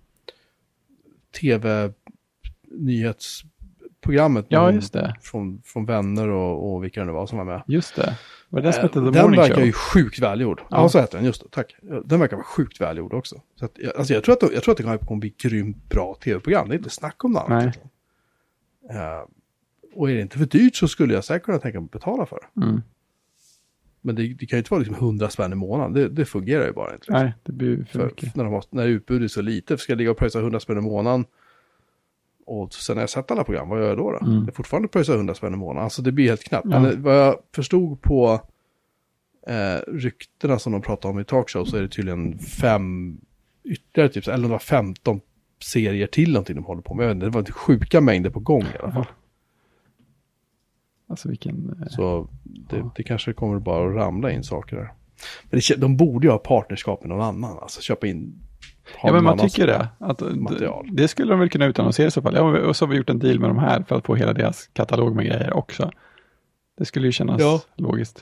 tv-nyhetsprogrammet just det. Från Vänner och vilka det var som var med. Just det. Var det som hette The Morning Den verkar Show? ju sjukt välgjord. Ja, så heter den, just det, tack. Den verkar vara sjukt välgjord också. Så att, jag tror att det kommer bli grymt bra tv-program. Det är inte snack om det annat. Och är det inte för dyrt så skulle jag säkert kunna tänka mig att betala för det. Men det kan ju inte vara liksom 100 spänn i månaden. Det fungerar ju bara inte. Liksom. Nej, det blir för mycket. När utbudet är så lite, ska jag ligga och pröjsa 100 spänn i månaden, och sen när jag sett alla program, vad gör jag då? Jag fortfarande pröjsar 100 spänn i månaden. Alltså det blir helt knappt. Men vad jag förstod på ryktena som de pratar om i Talkshow, så är det tydligen 5 ytterligare typ, eller det var 15 serier till någonting de håller på med. Jag vet inte, det var inte sjuka mängder på gång i alla fall. Alltså Så det kanske kommer bara att ramla in saker där. Men de borde ju ha partnerskap med någon annan. Alltså köpa in. Ja, men man tycker det. Att material. Det skulle de väl kunna utannonsera i så fall. Ja, och så har vi gjort en deal med de här för att få hela deras katalog med grejer också. Det skulle ju kännas logiskt.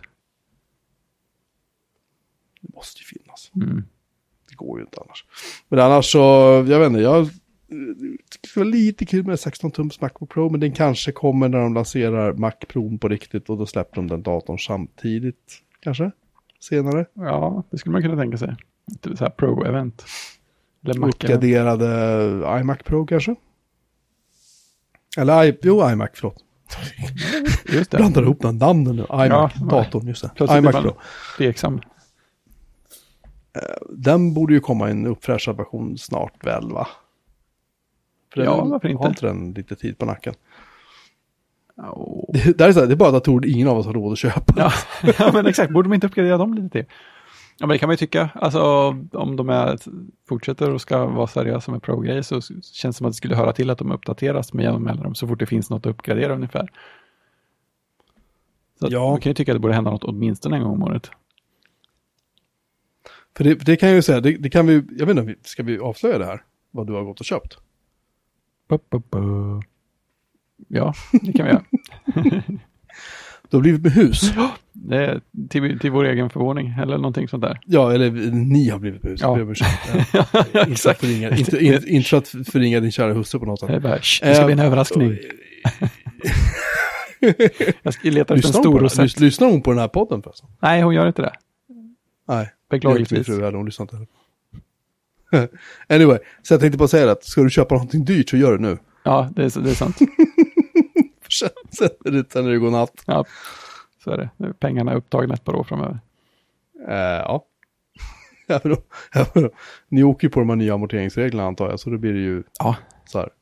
Det måste ju finnas. Det går ju inte annars. Men annars så, jag vet inte, det skulle vara lite kul med 16-tums MacBook Pro, men den kanske kommer när de lanserar Mac Pro på riktigt, och då släpper de den datorn samtidigt, kanske, senare. Ja, det skulle man kunna tänka sig. Ett så här Pro-event. Eller uppgraderade iMac Pro kanske? Eller iMac, förlåt. Just det. Blandar ihop den namnen nu. iMac-datorn, just det. iMac Pro. Tveksam. Den borde ju komma i en uppfräschad version snart väl, va? Varför inte? Har inte den lite tid på nacken? Det är bara datorer ingen av oss har råd att köpa. Ja, men exakt. Borde man inte uppgradera dem lite till? Ja, men det kan man ju tycka. Alltså, om de fortsätter och ska vara seriösa med Pro-grejer, så känns det som att det skulle höra till att de uppdateras med jämna mellanrum så fort det finns något att uppgradera ungefär. Så man kan ju tycka att det borde hända något åtminstone en gång om året. För det kan jag ju säga, det kan vi, jag vet inte, ska vi avslöja det här? Vad du har gått och köpt? Ja, det kan vi göra. Du har blivit med hus. Det är till vår egen förvåning, eller någonting sånt där. Ja, eller ni har blivit med hus. Ja. Exakt. Inte för att förringa din kära hustru på något sätt. Det ska bli en överraskning. Jag ska leta efter en stor rosett. Lyssnar hon på den här podden förresten? Nej, hon gör inte det. Nej. Beklagligtvis. Hon lyssnar inte heller. Anyway, så jag tänkte bara säga att ska du köpa någonting dyrt så gör det nu. Ja, det är sant. Sen när det går natt. Ja, så är det. Pengarna är upptagna ett par år framöver. Ja. Ni åker ju på de här nya amorteringsreglerna, antar jag, så då blir det ju så här.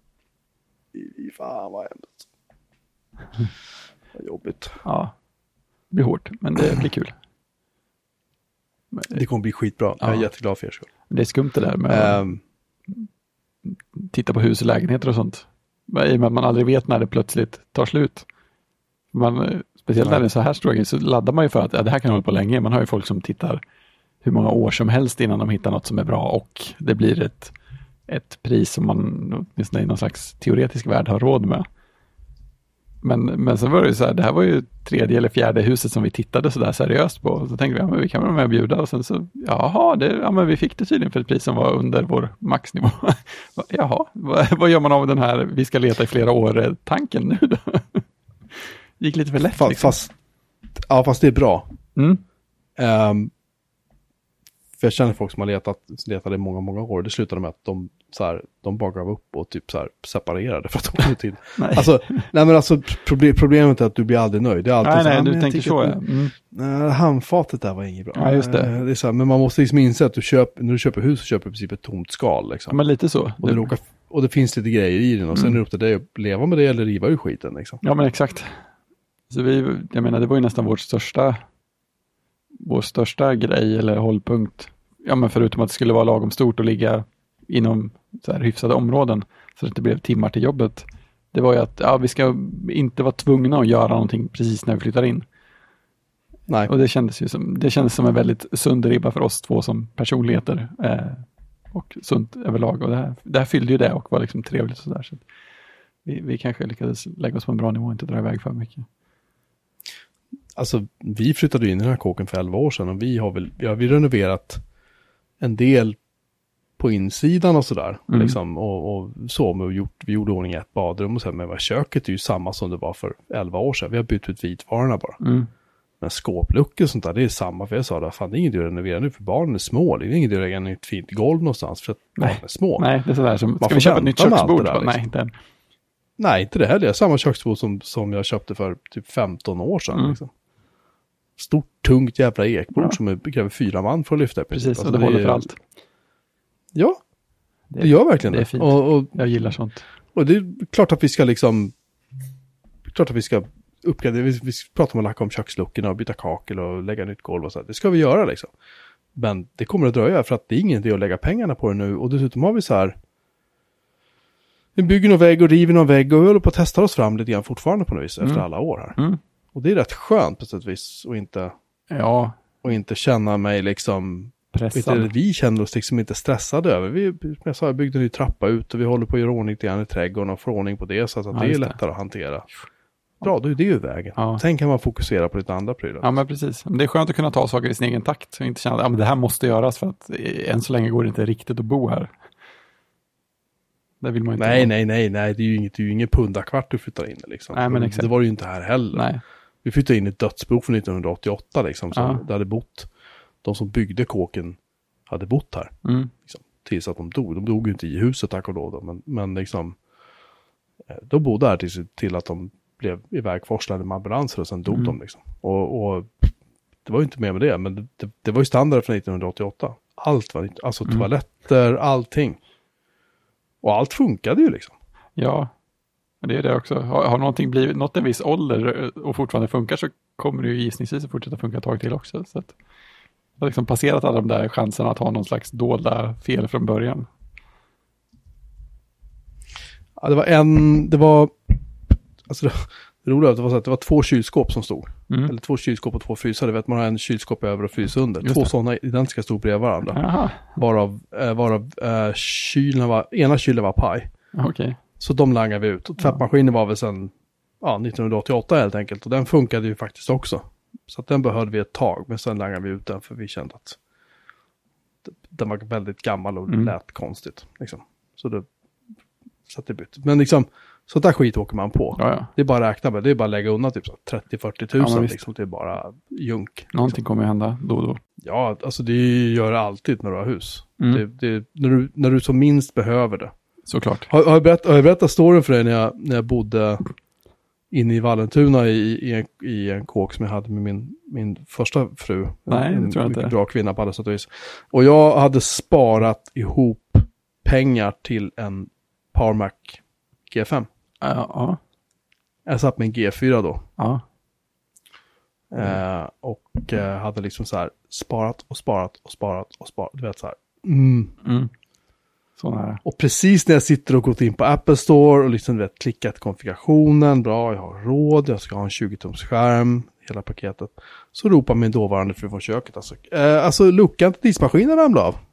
Fan vad hemskt. Vad jobbigt. Ja, det blir hårt, men det blir kul. Det kommer bli skitbra. Jag är jätteglad för er skull. Det är skumt det där med att titta på hus och lägenheter och sånt. I och med att man aldrig vet när det plötsligt tar slut. Speciellt när det är så här stora grejer, så laddar man ju för att det här kan hålla på länge. Man har ju folk som tittar hur många år som helst innan de hittar något som är bra, och det blir ett pris som man åtminstone i någon slags teoretisk värld har råd med. Men så var det ju så här, det här var ju 3:e eller 4:e huset som vi tittade så där seriöst på. Och så tänkte vi, men vi kan vara med och bjuda. Och sen så, men vi fick det tydligen för ett pris som var under vår maxnivå. Jaha, vad gör man av den här, vi ska leta i flera år, tanken nu då? Gick lite för lätt liksom. Fast det är bra. Mm. För jag känner folk som har letat i många, många år. Det slutade med att de bara gav upp och typ så här separerade för att de kom till. Problemet är att du blir aldrig nöjd. Det är alltid du tänker så. Handfatet där var inget bra. Ja, just det. Det är så här, men man måste liksom inse att när du köper hus så köper du i princip ett tomt skal. Liksom. Ja, men lite så. Och det finns lite grejer i den och sen är det upp till dig att leva med det eller riva ur skiten. Liksom. Ja, men exakt. Så jag menar, det var ju nästan vår största grej eller hållpunkt. Ja, men förutom att det skulle vara lagom stort och ligga inom så här hyfsade områden så att det blev timmar till jobbet. Det var ju att vi ska inte vara tvungna att göra någonting precis när vi flyttar in. Nej. Och det kändes som en väldigt sund ribba för oss två som personligheter och sunt överlag. Och det här fyllde ju det och var liksom trevligt och sådär. Så vi kanske lyckades lägga oss på en bra nivå och inte dra iväg för mycket. Alltså, vi flyttade in i den här kåken för 11 år sedan och vi har renoverat en del på insidan och sådär. Liksom, och så, men vi gjorde ordning ett badrum och sen, men köket är ju samma som det var för 11 år sedan. Vi har bytt ut vitvarorna bara. Men skåpluckor och sånt där, det är samma. För jag sa det, fan det är inget att renovera nu för barnen är små. Det är inget att lägga ett fint golv någonstans för att barnen är små. Nej, det är sådär som, ska vi köpa ett nytt köksbord? Där, liksom. Nej, inte det heller. Jag samma köksbord som jag köpte för typ 15 år sedan. Liksom. Stort, tungt jävla ekbord som kräver 4 man för att lyfta. Precis, alltså, och det håller för allt. Ja, det gör verkligen det. Det är fint. Och jag gillar sånt. Och det är klart att vi ska uppgradera. Vi pratar om att lacka om köksluckorna och byta kakel och lägga nytt golv och så. Det ska vi göra liksom. Men det kommer att dröja för att det är ingen idé att lägga pengarna på det nu. Och dessutom har vi så här, vi bygger någon vägg och river någon vägg och vi håller på att testa oss fram lite grann fortfarande på något vis efter alla år här. Och det är rätt skönt på sätt och vis och inte känna mig liksom pressad. Vi känner oss liksom inte stressade över. Jag byggde en ny trappa ut och vi håller på att göra ordning i trädgården och få ordning på det så att det är lättare att hantera. Bra, då är det ju vägen. Ja. Sen kan man fokusera på lite andra prylar. Ja, men precis. Det är skönt att kunna ta saker i sin egen takt och inte känna att det här måste göras för att än så länge går det inte riktigt att bo här. Det vill man inte. Nej. Det är ju ingen pundakvart du flyttar in liksom. Nej, men exakt. Det var det ju inte här heller. Nej. Vi flyttade in i ett dödsbo från 1988 liksom. Som det hade bott. De som byggde kåken hade bott här. Liksom, tills att de dog. De dog ju inte i huset tack och lov. Men liksom de bodde här till att de blev ivägforslade med ambulanser och sen dog de liksom. Och det var ju inte mer med det, men det var ju standard från 1988. Allt var alltså toaletter, allting. Och allt funkade ju liksom. Ja, men det är det också. Har någonting nått en viss ålder och fortfarande funkar så kommer det ju gissningsvis att fortsätta funka ett tag till också. Så att det har liksom passerat alla de där chanserna att ha någon slags dolda fel från början. Ja, det roliga var att det var 2 kylskåp som stod. Eller 2 kylskåp och 2 frysar. Du vet, man har en kylskåp över och frys under. Just 2 sådana identiska stod bredvid varandra. Aha. Varav ena kylen var paj. Okay. Så de langade vi ut. Och tvättmaskinen var väl sedan 1988 helt enkelt. Och den funkade ju faktiskt också. Så att den behöll vi ett tag. Men sen langade vi ut den för vi kände att den var väldigt gammal och lät konstigt. Liksom. Så det bytte. Men liksom, så där skit åker man på. Ja. Det är bara att räkna med. Det är bara att lägga undan typ 30-40 tusen. Liksom, det är bara junk. Någonting liksom. kommer ju hända då och då. Ja, alltså det gör det alltid när du har hus. När du som minst behöver det. Såklart. Har jag berättat storyn för dig när jag bodde inne i Vallentuna i en kåk som jag hade med min första fru. Nej, det tror jag inte. En bra kvinna på alla sätt och vis. Och jag hade sparat ihop pengar till en PowerMac G5. Ja. Jag satt med en G4 då. Ja. Och hade liksom så här sparat. Du vet så här. Sån här. Och precis när jag sitter och gått in på Apple Store och liksom klickat konfigurationen. Bra, jag har råd. Jag ska ha en 20-tums skärm. Hela paketet. Så ropar min dåvarande fru från köket. Alltså luckan till diskmaskinen ramlade av.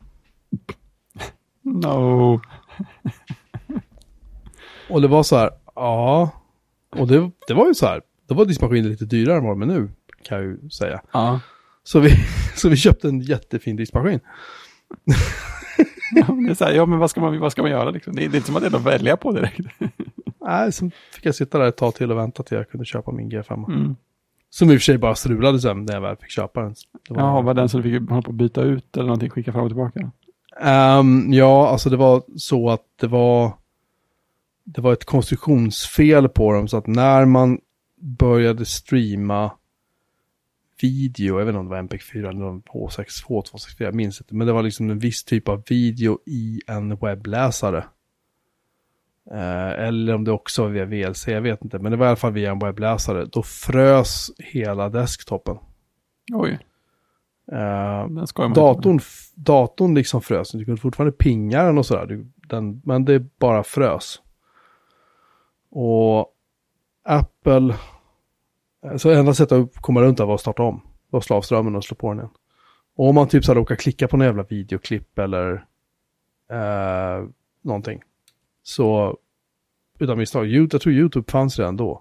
No. Och det var så här. Ja. Och det var ju så här. Då var diskmaskinen lite dyrare än vad de är nu, kan jag ju säga. Ja. Så vi köpte en jättefin diskmaskin. Ja, det är så här, men vad ska man göra liksom? Det är inte som att det är att välja på direkt. Nej, så fick jag sitta där ett tag till och vänta till jag kunde köpa min G5. Mm. Som i och för sig bara strulade sen när jag väl fick köpa den. Var den som du fick hålla på att byta ut eller någonting, skicka fram och tillbaka? Ja, alltså det var så att det var ett konstruktionsfel på dem, så att när man började streama video, jag vet inte om det var MP4 eller någon H264, jag minns inte, men det var liksom en viss typ av video i en webbläsare. Eller om det också var via VLC, jag vet inte, men det var i alla fall via en webbläsare. Då frös hela desktopen. Oj. Datorn liksom frös. Du kunde fortfarande pinga den och sådär. Men det bara frös. Och Apple, så enda sättet att komma runt var att starta om. Det var slavströmmen och slå på den igen. Och om man typ så här råkar klicka på en jävla videoklipp eller någonting. Så utan misstag, jag tror YouTube fanns redan då.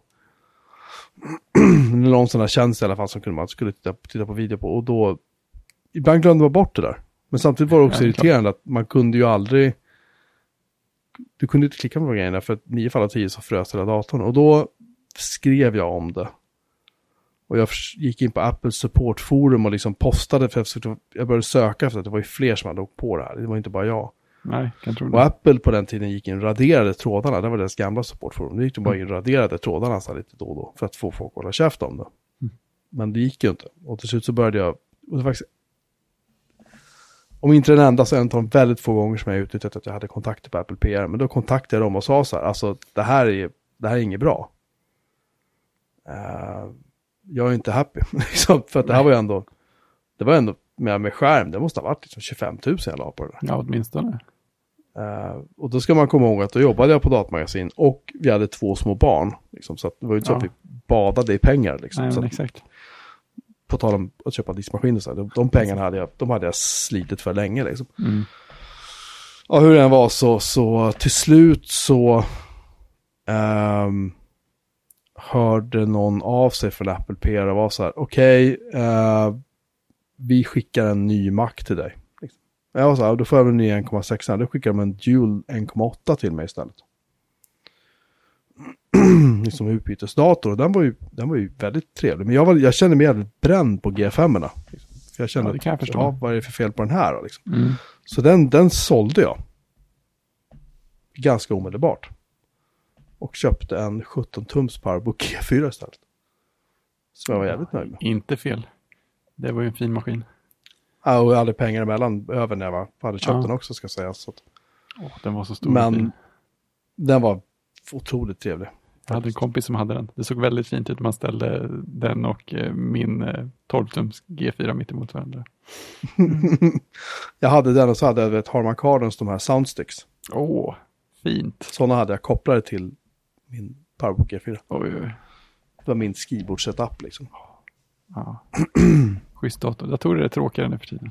Någon sån här tjänst i alla fall som man skulle titta på video på. Och då, ibland glömde man bort det där. Men samtidigt var det också irriterande att man kunde ju aldrig, du kunde inte klicka på grejerna för 9 fall av 10 så frös hela datorn. Och då skrev jag om det. Och jag gick in på Apples supportforum och liksom postade, för jag började söka för att det var ju fler som hade åkt på det här. Det var inte bara jag. Nej, kan tro det. Och Apple på den tiden gick in och raderade trådarna. Det var deras gamla supportforum. Det gick de bara in och raderade trådarna så lite då och då för att få folk att hålla käft om det. Men det gick ju inte. Och till slut så började jag, och det faktiskt, om inte den enda så en av de väldigt få gånger som jag utnyttjat att jag hade kontakter på Apple PR. Men då kontaktade jag dem och sa så här, alltså det här är inget bra. Jag är inte happy. Liksom, för att det här var ju ändå, med skärm, det måste ha varit liksom 25 000 jag la på det där. Ja, åtminstone. Och då ska man komma ihåg att då jobbade jag på datamagasin och vi hade 2 små barn. Liksom, så att det var ju inte så att vi badade i pengar. Liksom, nej, så men exakt. På tal om att köpa diskmaskiner så här, de pengarna hade jag slitit för länge. Liksom. Mm. Ja, hur den var så till slut så hörde någon av sig från Apple PR och var så här, okej, vi skickar en ny Mac till dig. Jag var så här, då får jag en ny 1,6. Då skickar de en Dual 1,8 till mig istället. Liksom utbytesdator. Och den var ju väldigt trevlig. Men jag kände mig jävligt bränd på G5-erna. Liksom. För jag kände, det kan jag förstå. Vad är det för fel på den här då, liksom. Mm. Så den sålde jag. Ganska omedelbart. Och köpte en 17-tums Powerbook G4 istället. Så jag var jävligt nöjd med. Inte fel. Det var ju en fin maskin. Ja, och jag hade pengar emellan över när jag hade köpt den också, ska jag säga. Så att, den var så stor. Men den var otroligt trevlig. Jag hade en kompis som hade den. Det såg väldigt fint ut. Man ställde den och min 12-tums G4 mitt emot varandra. Jag hade den och så hade jag Harman Kardons, de här soundsticks. Fint. Sådana hade jag kopplade till min Powerbook G4. Oj. Det var min keyboard-setup liksom. Ja. Schysst dator. Datorer är tråkigare nu för tiden.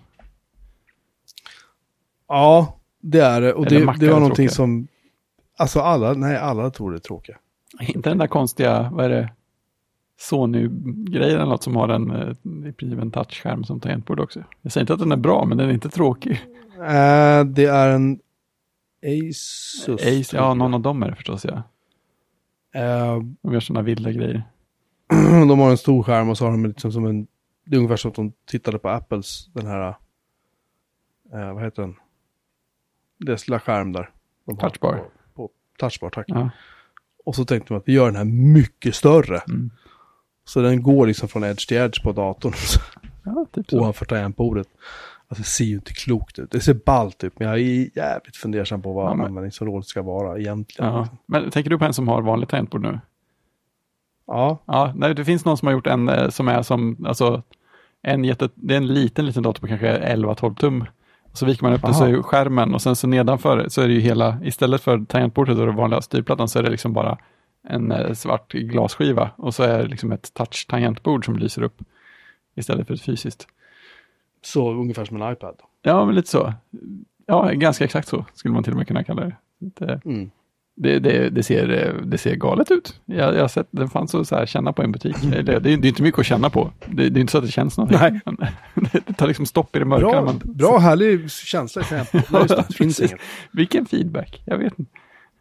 Ja, det är det. Och det var någonting tråkiga. som, alltså alla datorer är tråkiga. Inte den där konstiga, vad är det? Sony-grejen eller något som har i princip en touchskärm som tangentbord också. Jag säger inte att den är bra, men den är inte tråkig. Det är en Asus. Ja, någon av dem är det förstås, ja. De gör sådana vilda grejer. De har en stor skärm och så har de liksom som en, det är ungefär som att de tittade på Apples, den här, vad heter den? Deras lilla skärm där. Touchbar. På touchbar, tack. Ja. Och så tänkte man att vi gör den här mycket större. Mm. Så den går liksom från edge till edge på datorn. Ja, typ så. Ovanför tangentbordet. Alltså det ser ju inte klokt ut. Det ser ballt ut, men jag är jävligt fundersam på vad användningsområdet ska vara egentligen. Ja. Men tänker du på en som har vanligt tangentbord nu? Ja. Ja, nej, det finns någon som har gjort en som är som, alltså det är en liten dator på kanske 11-12 tum. Så viker man upp det så är ju skärmen och sen så nedanför så är det ju hela, istället för tangentbordet och den vanliga styrplattan så är det liksom bara en svart glasskiva och så är det liksom ett touch-tangentbord som lyser upp istället för ett fysiskt. Så ungefär som en iPad. Ja, men lite så. Ja, ganska exakt så skulle man till och med kunna kalla det. Det ser galet ut. Jag har sett, den fanns så här känna på en butik. Det är inte mycket att känna på. Det är inte så att det känns någonting. Nej. Det tar liksom stopp i det mörka. Bra härlig känsla. Det finns inget. Vilken feedback, jag vet inte.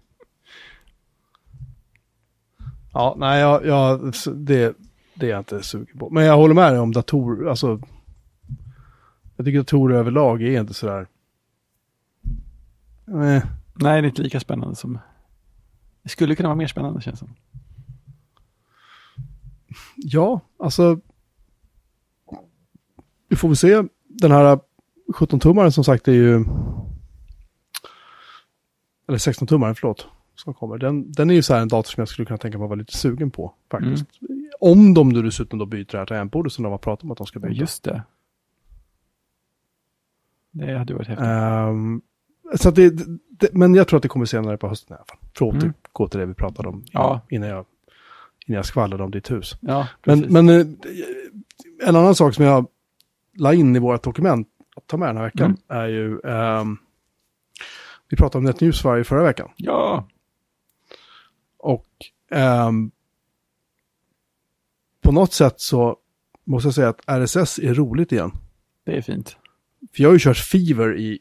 Ja, nej, det är jag inte sugen på. Men jag håller med dig om datorer. Alltså, jag tycker datorer överlag är inte sådär. Nej, det är inte lika spännande som... Det skulle kunna vara mer spännande, känns det som. Ja, alltså... Vi får väl se. Den här 17-tummaren som sagt är ju... Eller 16-tummaren, förlåt. Som kommer. Den är ju så här en dator som jag skulle kunna tänka mig vara lite sugen på, faktiskt. Om de nu dessutom då byter det här tangentbordet som de har pratat om att de ska byta. Just det. Det hade varit häftigt. Så att men jag tror att det kommer senare på hösten i alla fall. För att gå till det vi pratade om innan jag skvallrade om ditt hus. Ja, men en annan sak som jag la in i vårt dokument att ta med den här veckan är ju vi pratade om NetNewsWire förra veckan. Ja. Och på något sätt så måste jag säga att RSS är roligt igen. Det är fint. För jag har ju kört Fever i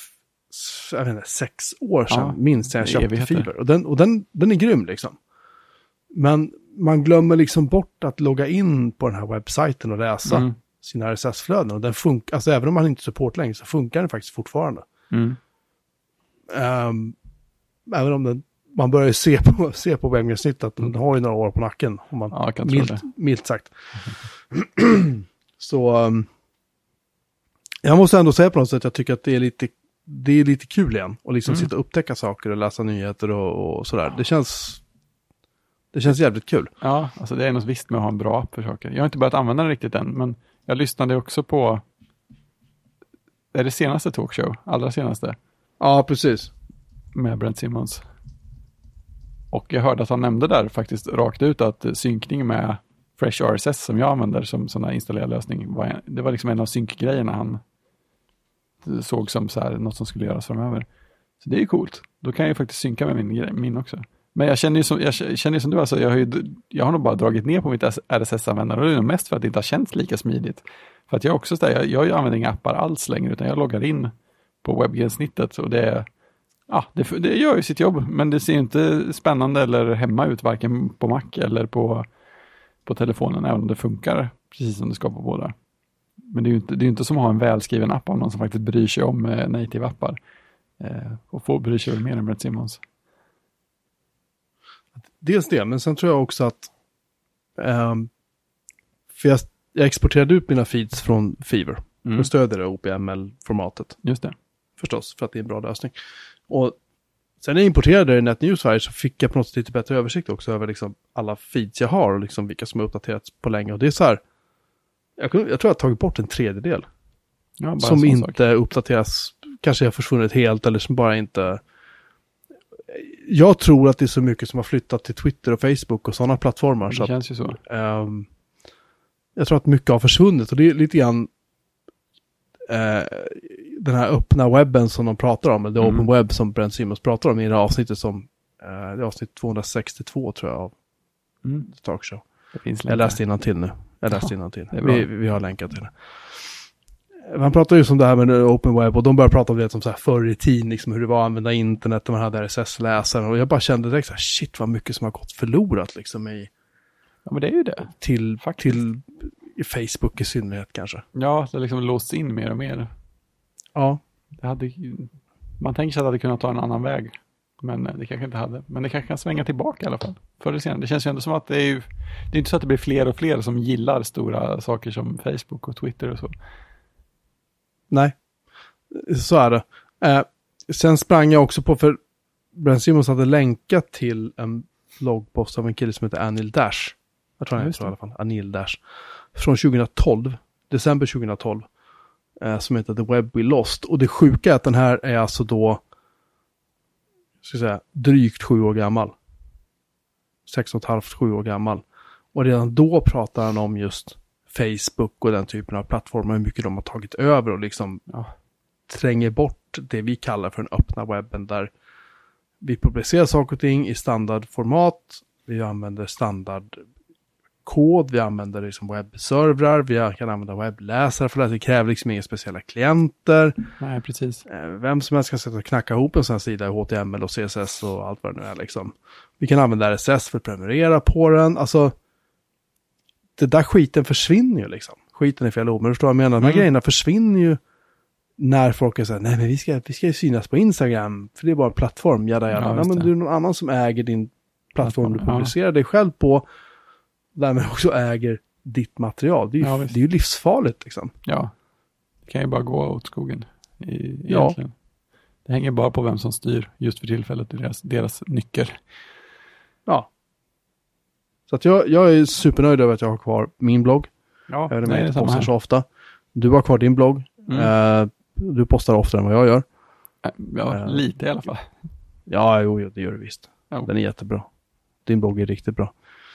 6 år sedan, minst sedan jag köpte Fever. Och den är grym liksom. Men man glömmer liksom bort att logga in på den här webbsajten och läsa sina RSS-flöden. Och den funkar, alltså även om man inte support längre så funkar den faktiskt fortfarande. Även om man börjar se på webbgränssnitt att den har ju några år på nacken. Om man, milt sagt. Så jag måste ändå säga på något sätt att jag tycker att det är lite kul igen. Och liksom sitta och upptäcka saker och läsa nyheter och sådär. Det känns jävligt kul. Ja, alltså det är något visst med att ha en bra app för saker. Jag har inte börjat använda den riktigt än, men jag lyssnade också på det senaste talkshow, allra senaste. Ja, precis. Med Brent Simmons. Och jag hörde att han nämnde där faktiskt rakt ut att synkning med Fresh RSS som jag använder som sån här installerad lösning, det var liksom en av synkgrejerna han såg som så här, något som skulle göras framöver. Så det är ju coolt. Då kan jag ju faktiskt synka med min också. Men jag känner ju som du, alltså, jag har nog bara dragit ner på mitt RSS-användare och det är nog mest för att det inte har känts lika smidigt. För att jag också jag använder inga appar alls längre utan jag loggar in på webbgränssnittet och det gör ju sitt jobb, men det ser inte spännande eller hemma ut varken på Mac eller på telefonen, även om det funkar precis som det ska på båda. Men det är ju inte som att ha en välskriven app av någon som faktiskt bryr sig om native-appar. Och bryr sig mer än Brent Simmons. Dels det, men sen tror jag också att för jag exporterade ut mina feeds från Fever och stöder det OPML-formatet. Just det. Förstås, för att det är en bra lösning. Och sen när jag importerade det i NetNewsWire så fick jag på något sätt lite bättre översikt också över liksom alla feeds jag har och liksom vilka som har uppdaterats på länge. Och det är så här, jag tror jag har tagit bort en tredjedel. Ja, som inte uppdateras, kanske har försvunnit helt eller som bara inte... Jag tror att det är så mycket som har flyttat till Twitter och Facebook och sådana plattformar. Det känns ju så. Jag tror att mycket har försvunnit och det är lite grann den här öppna webben som de pratar om, eller open web som Brent Simmons pratar om i det här avsnittet som det är avsnitt 262 tror jag av Talkshow. Jag läste innantill nu. Vi har länkat till det. Man pratar ju om det här med open web och de börjar prata om det som så här förr i tiden, liksom hur det var att använda internet och man hade RSS-läsaren och jag bara kände direkt så här, shit vad mycket som har gått förlorat liksom i... Ja, men det är ju det. Till i Facebook i synnerhet kanske. Ja, det liksom låst in mer och mer. Ja. Man tänker sig att det hade kunnat ta en annan väg. Men det kanske inte hade. Men det kanske kan svänga tillbaka i alla fall. Förr eller senare. Det känns ju ändå som att det är inte så att det blir fler och fler som gillar stora saker som Facebook och Twitter och så. Nej, så är det. Sen sprang jag också på, för Brent Simmons hade länkat till en bloggpost av en kille som heter Anil Dash. Jag tror han heter så i alla fall. Anil Dash. Från 2012. December 2012. Som heter The Web We Lost. Och det sjuka är att den här är alltså då ska jag säga, drygt 7 år gammal. 6,5-7 år gammal. Och redan då pratar han om just Facebook och den typen av plattformar, hur mycket de har tagit över och liksom tränger bort det vi kallar för den öppna webben där Vi publicerar saker och ting i standardformat. Vi använder standardkod. Vi använder liksom webbservrar. Vi kan använda webbläsare för att det kräver liksom inga speciella klienter. Nej, precis. Vem som helst kan sätta och knacka ihop en sån här sida i HTML och CSS och allt vad det nu är liksom. Vi kan använda RSS för att prenumerera på den. Alltså, det där skiten försvinner ju liksom. Skiten är fel ord, men du förstår vad jag menar. De här grejerna försvinner ju när folk är så här, nej men vi ska ju synas på Instagram, för det är bara en plattform, jada. Ja, nej, men du är någon annan som äger din plattform du publicerar dig själv på, därmed också äger ditt material. Det är ju livsfarligt liksom. Ja, det kan ju bara gå åt skogen egentligen. Det hänger bara på vem som styr just för tillfället, deras nyckel. Ja. Så att jag är supernöjd över att jag har kvar min blogg. Ja, jag är inte postar så ofta. Du har kvar din blogg. Du postar oftare än vad jag gör. Ja, lite i alla fall. Ja, jo, det gör du visst. Den är jättebra. Din blogg är riktigt bra.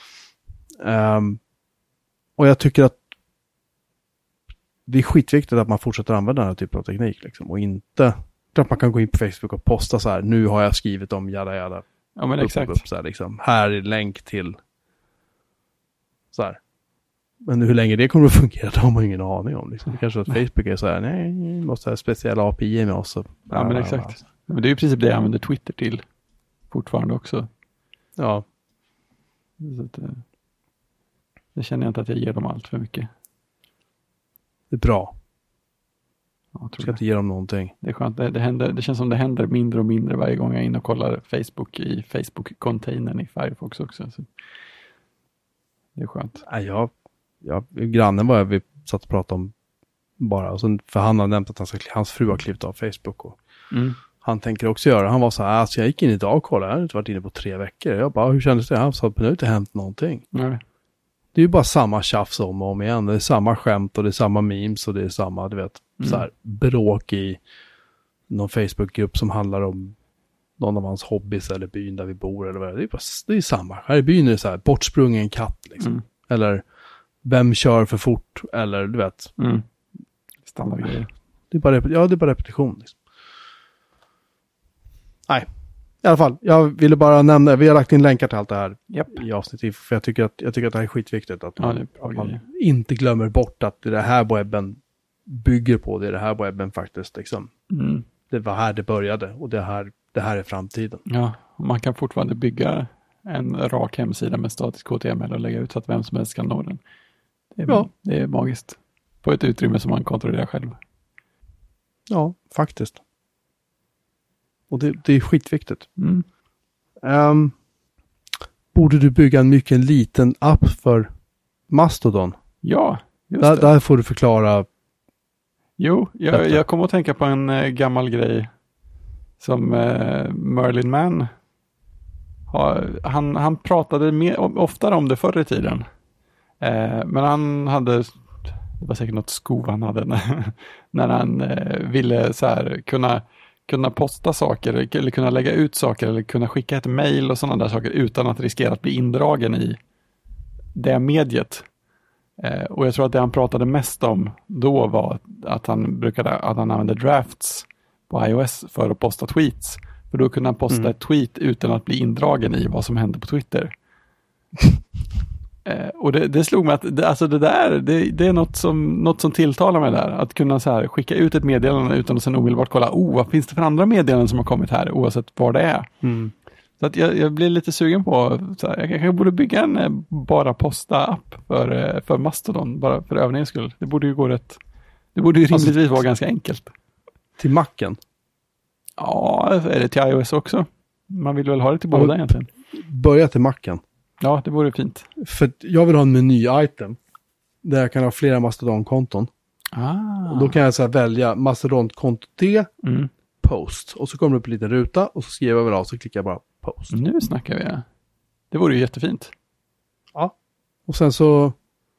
Och jag tycker att det är skitviktigt att man fortsätter använda den här typen av teknik. Liksom, och inte att man kan gå in på Facebook och posta så här, nu har jag skrivit om jada. Ja, men exakt. Så här, liksom. Här är länk till så här. Men hur länge det kommer att fungera, det har man ingen aning om. Liksom. Det kanske att Facebook är så här, nej, vi måste ha speciella API med oss. Ja, men exakt. Alltså. Men det är ju precis det jag använder Twitter till fortfarande också. Ja. Så att, det känner jag inte att jag ger dem allt för mycket. Det är bra. Ja, jag ska inte ge dem någonting. Det är skönt. Det känns som det händer mindre och mindre varje gång jag är inne och kollar Facebook i Facebook-containern i Firefox också. Så det är skönt. Ja, grannen var vi satt och pratade om bara. Och sen, för han har nämnt att hans fru har klivit av Facebook. Och han tänker också göra. Han var så här, alltså jag gick in idag och kollade. Jag har inte varit inne på 3 veckor. Jag bara, hur kändes det? Han sa, det har inte hänt någonting. Nej. Det är ju bara samma tjafs om och om igen. Det är samma skämt och det är samma memes och det är samma, du vet, så här bråk i någon Facebookgrupp som handlar om någon av hans hobbys eller byn där vi bor eller vad det är. Det är samma. Här i byn är det så här, bortsprungen katt liksom. Eller vem kör för fort eller du vet. Standardgrejer. Det är bara repetition liksom. Nej. I alla fall, jag ville bara nämna, vi har lagt in länkar till allt det här i avsnittet, för jag tycker att det här är skitviktigt att man inte glömmer bort att det här webben bygger på, det här webben faktiskt liksom. Det var här det började och det här är framtiden. Ja, och man kan fortfarande bygga en rak hemsida med statisk HTML och lägga ut så att vem som helst kan nå den. Det är magiskt. På ett utrymme som man kontrollerar själv. Ja, faktiskt. Och det är skitviktigt. Borde du bygga en mycket liten app för Mastodon? Ja, just det. Där får du förklara. Jo, jag kommer att tänka på en gammal grej som Merlin Mann han pratade oftare om det förr i tiden. Men han hade, det var säkert något skov han hade när han ville så här kunna posta saker eller kunna lägga ut saker eller kunna skicka ett mejl och sådana där saker utan att riskera att bli indragen i det mediet. Och jag tror att det han pratade mest om då var att han använde drafts på iOS för att posta tweets. För då kunde han posta ett tweet utan att bli indragen i vad som hände på Twitter. Och det slog mig att det är något som tilltalar mig där. Att kunna så här skicka ut ett meddelande utan att sen omedelbart kolla, vad finns det för andra meddelanden som har kommit här oavsett var det är. Så att jag blir lite sugen på, så här, jag kanske borde bygga en bara posta-app för Mastodon, bara för övningens skull. Det borde ju rimligtvis vara ganska enkelt. Till Macen? Ja, är det till iOS också? Man vill väl ha det till båda egentligen. Börja till Macen. Ja, det vore fint. För jag vill ha en meny-item där jag kan ha flera Mastodon-konton. Och då kan jag så här välja Mastodon-konto D, post. Och så kommer det upp en liten ruta och så skriver jag väl av så klickar jag bara post. Nu snackar vi. Det vore ju jättefint. Ja. Och sen så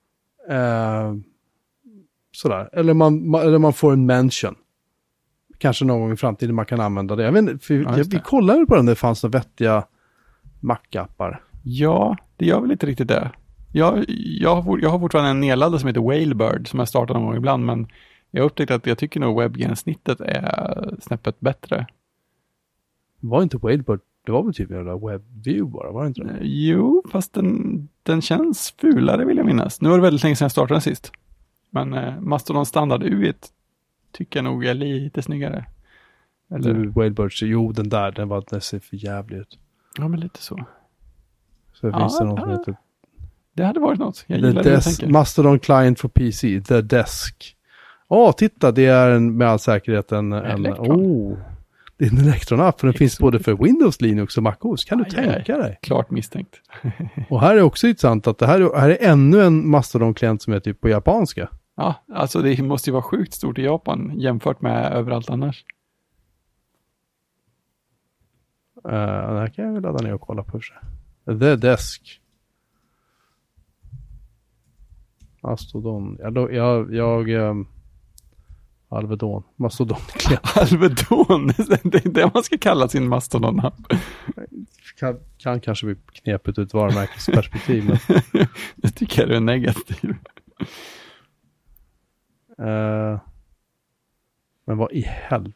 sådär. Eller man får en mention. Kanske någon gång i framtiden man kan använda det. Jag vet inte, vi kollade väl på den, det fanns några vettiga Mac-appar. Ja, det gör väl inte riktigt det. Jag har fortfarande en nedladdare som heter Whalebird som jag startar någon gång ibland, men jag upptäckte att jag tycker nog webbgränssnittet är snäppet bättre. Var inte Whalebird Det var väl typ en jävla WebView bara, var det inte det? Jo, fast den känns fulare vill jag minnas. Nu var det väldigt länge sedan jag startade den sist. Men Mastodon standard UI tycker jag nog är lite snyggare. Eller? Whalebirds, jo den ser för jävlig ut. Ja, men lite så. Så det finns det något som heter... Det hade varit något. Jag gillar det jag tänker. Mastodon Client for PC, The Desk. Titta, det är med all säkerhet en det är en Electron-app, för den finns både för Windows, Linux och MacOS. Kan du tänka dig? Klart misstänkt. Och här är också intressant att det här är ännu en Mastodon-klient som är typ på japanska. Ja, alltså det måste ju vara sjukt stort i Japan jämfört med överallt annars. Det här kan jag väl ladda ner och kolla på. The Desk. Mastodon. Alvedon. Mastodon-klient. Alvedon? Det är det man ska kalla sin Mastodon-app. Kan kanske bli knepigt ur ett varumärkesperspektiv. Men... det tycker jag är negativ. Men vad i helvete?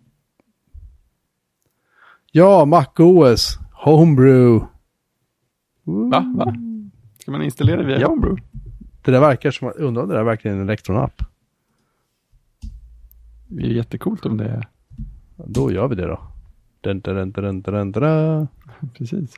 Ja, MacOS. Homebrew. Va? Ska man installera via Homebrew? Det där verkar som, undrar om det där verkligen är en Electron-app. Det är jättecoolt om det är. Då gör vi det då. Precis.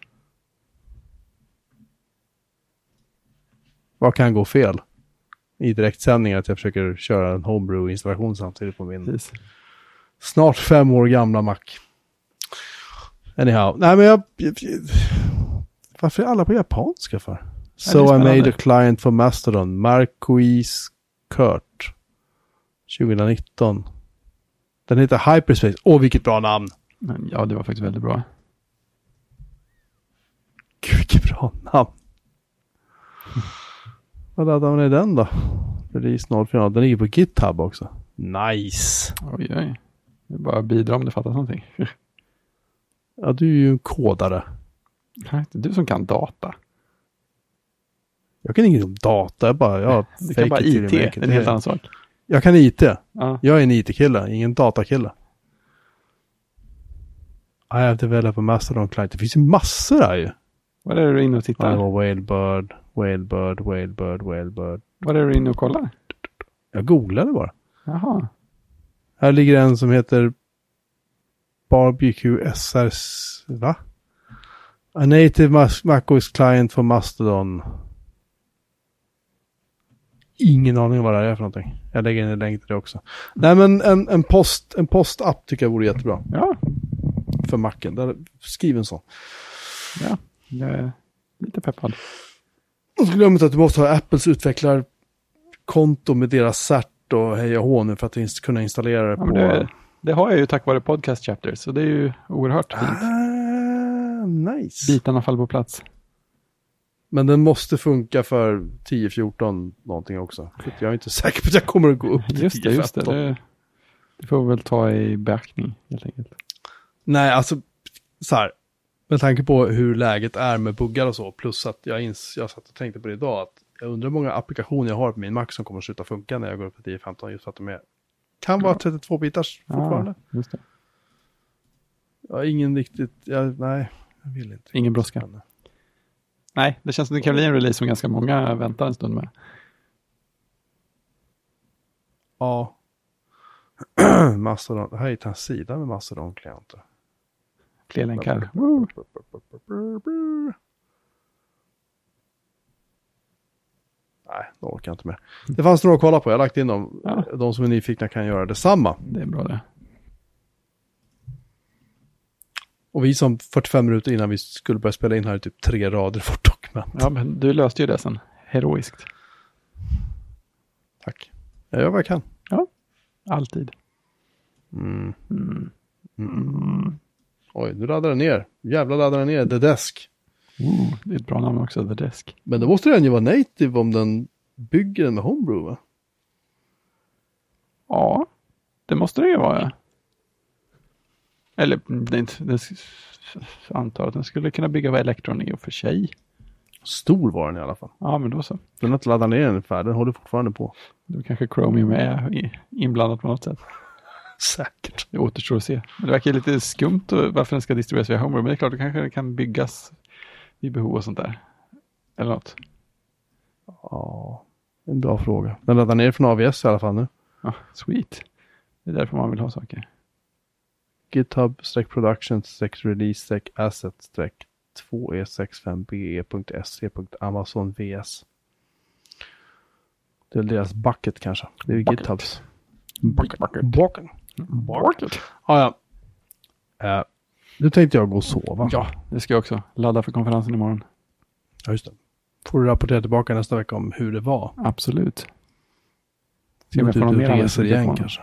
Vad kan gå fel? I direktsändning att jag försöker köra en Homebrew-installation samtidigt på min snart 5 år gamla Mac. Anyhow. Nej, men varför är alla på japanska för? So I made a client for Mastodon. Marquis Kurt. 2019. Den heter Hyperspace. Vilket bra namn. Ja, det var faktiskt väldigt bra. Gud, vilket bra namn. Vad laddar man i den då? Release 0.4. Den ligger på GitHub också. Nice. Oj. Det är bara bidra om det fattas någonting. Ja, du är ju en kodare. Nej, det är du som kan data. Jag kan inget om data. Du kan bara IT. Det är en helt annan sak. Jag kan IT. Ja. Jag är en IT-kille, ingen datakille. I have developed a Mastodon client. Det finns ju massor där ju. Vad är det du är inne och tittar? Det var Whalebird. Vad är det du är inne och kollar? Jag googlade bara. Jaha. Här ligger en som heter Barbecue SRs... Va? A native MacOS client for Mastodon. Ingen aning vad det är för någonting. Jag lägger in en länk till det också. Nej, men en postapp tycker jag vore jättebra. Ja. För Macen. Skriv en sån. Ja, jag är lite peppad. Och så glöm inte att du måste ha Apples utvecklarkonto med deras cert och hej och hå nu för att kunna installera det på... Det har jag ju tack vare Podcast Chapters, så det är ju oerhört fint. Nice. Bitarna faller på plats. Men den måste funka för 10-14 någonting också. För jag är inte säker på att jag kommer att gå upp till 10-15. Just det. Det får vi väl ta i beaktning helt enkelt. Nej, alltså så här. Med tanke på hur läget är med buggar och så. Plus att jag satt och tänkte på det idag. Att jag undrar hur många applikationer jag har på min Mac som kommer att sluta funka när jag går upp till 10-15. Just för att de kan vara 32 bitars fortfarande. Ja, just det. Ja, ingen riktigt... Nej, jag vill inte. Ingen brådska. Nej, det känns som det kan bli en release som ganska många väntar en stund med. Ja. Mastodon. Det här är en sida med Mastodon-klienter. Fler länkar. Nej, det orkar jag inte med. Det fanns några att kolla på. Jag har lagt in dem. Ja. De som är nyfikna kan göra detsamma. Det är bra det. Och vi som 45 minuter innan vi skulle börja spela in här typ 3 rader för dokument. Ja, men du löste ju det sen. Heroiskt. Tack. Jag gör vad jag kan. Ja, alltid. Oj, nu laddar den ner. Jävla laddar den ner. The Desk. Det är ett bra namn också, The Desk. Men då måste den ju vara native om den bygger den med Homebrew, va? Ja, det måste det ju vara. Eller, jag antar att den skulle kunna bygga med Electron i och för sig. Stor var den i alla fall. Ja, men då så. Den har inte laddat ner den ungefär. Den håller fortfarande på. Då kanske Chromium är inblandat på något sätt. Säkert. Det återstår att se. Men det verkar lite skumt varför den ska distribueras via Homebrew. Men det är klart, det kanske kan byggas vid behov och sånt där. Eller något. Ja, en bra fråga. Den laddar ner från AVS i alla fall nu. Ja, sweet. Det är därför man vill ha saker. GitHub-production-asset-2e65be.se.amazon.vs. Det är deras bucket kanske. Det är ju GitHubs. Bucket. Ja. Nu tänkte jag gå och sova. Ja, det ska jag också. Ladda för konferensen imorgon. Ja, just det. Får du rapportera tillbaka nästa vecka om hur det var. Absolut. Se om jag får någon mer resor igen kanske.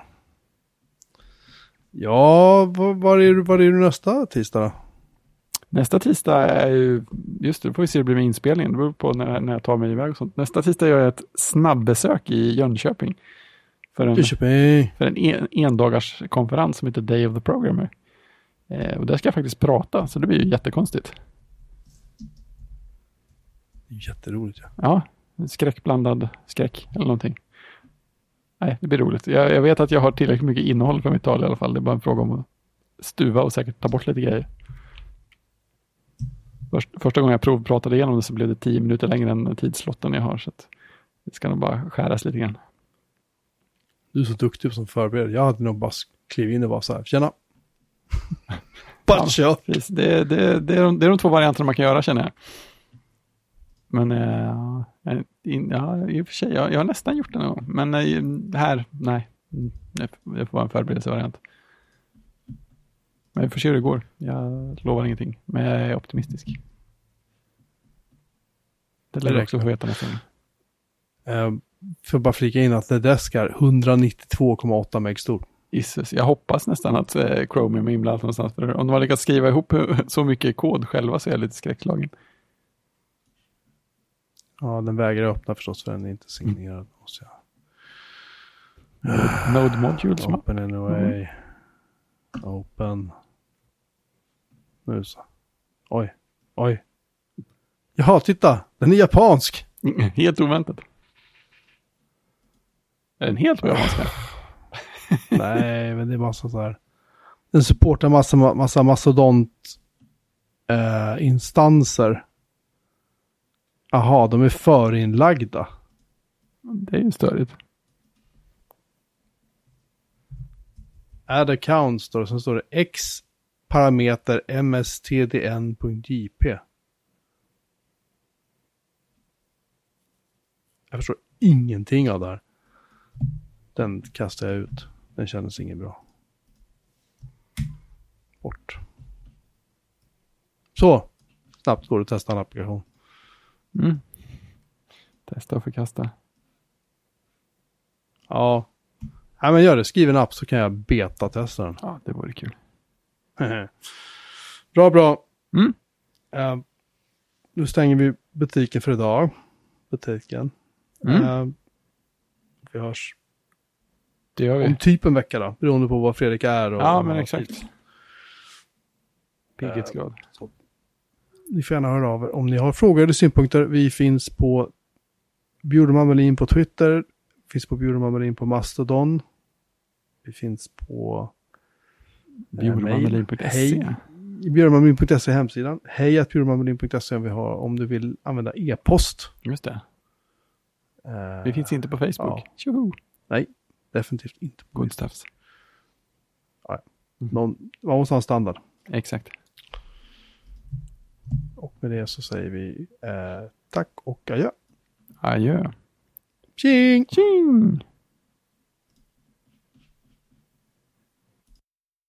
Ja, var är du nästa tisdag då? Nästa tisdag är ju, just det, då får vi se hur det blir med inspelningen. Det beror på när jag tar mig iväg och sånt. Nästa tisdag gör jag ett snabbbesök i Jönköping. För en endagars konferens som heter Day of the Programmer. Och där ska jag faktiskt prata, så det blir ju jättekonstigt. Det är jätteroligt. Ja, skräckblandad skräck eller någonting. Nej, det blir roligt. Jag vet att jag har tillräckligt mycket innehåll för mitt tal i alla fall. Det är bara en fråga om att stuva och säkert ta bort lite grejer. Första gången jag provpratade igenom det så blev det 10 minuter längre än tidslotten jag har. Så att det ska nog bara skäras lite grann. Du är så duktig som förbereder. Jag hade nog bara klivit in och var så här. Tjena! Ja, det är de 2 varianterna man kan göra, känner jag. Men i och för sig, jag har nästan gjort det nu. Men här, nej. Det får vara en förberedelsevariant. Men vi får se hur det går. Jag lovar ingenting. Men jag är optimistisk. Det lär jag också få veta nästan. För att bara flika in att Nedesk är 192,8 meg stor. Jesus, jag hoppas nästan att Chromium är inblandat någonstans. För om de har lyckats skriva ihop så mycket kod själva så är jag lite skräckslagen. Ja, den vägrar öppna förstås för den är inte signerad. Node modules. Open anyway. Open. Nu så. Oj. Jaha, titta. Den är japansk. Helt oväntat. Är den helt på japanska? Nej, men det är bara så här. Den supportar massa mastodont instanser. Aha, de är förinlagda. Det är ju störigt. Add account står det. Sen står det x parameter mstdn.jp. Jag förstår ingenting av det här. Den kastar jag ut. Den kändes inget bra. Bort. Så. Snabbt går det att testa en applikation. Testa och förkasta. Ja. Ja, men gör det. Skriv en app så kan jag beta-testa den. Ja, det vore kul. Bra. Nu stänger vi butiken för idag. Vi hörs. Det gör vi. Om typ en vecka då. Beroende på vad Fredrik är. Ja, men exakt. Pigghetsgrad. Ni får gärna höra av er om ni har frågor eller synpunkter. Vi finns på Bjurman på Twitter. Vi finns på Bjurman på Mastodon. Vi finns på bjurmanmelin.se. Bjurmanmelin.se hemsidan. Hej@bjurmanmelin.se om du vill använda e-post. Just det. Vi finns inte på Facebook. Ja. Nej, definitivt inte. Good stuffs. Ja. Man måste ha en standard. Exakt. Och med det så säger vi tack och adjö. Adjö. Tjing! Tjing!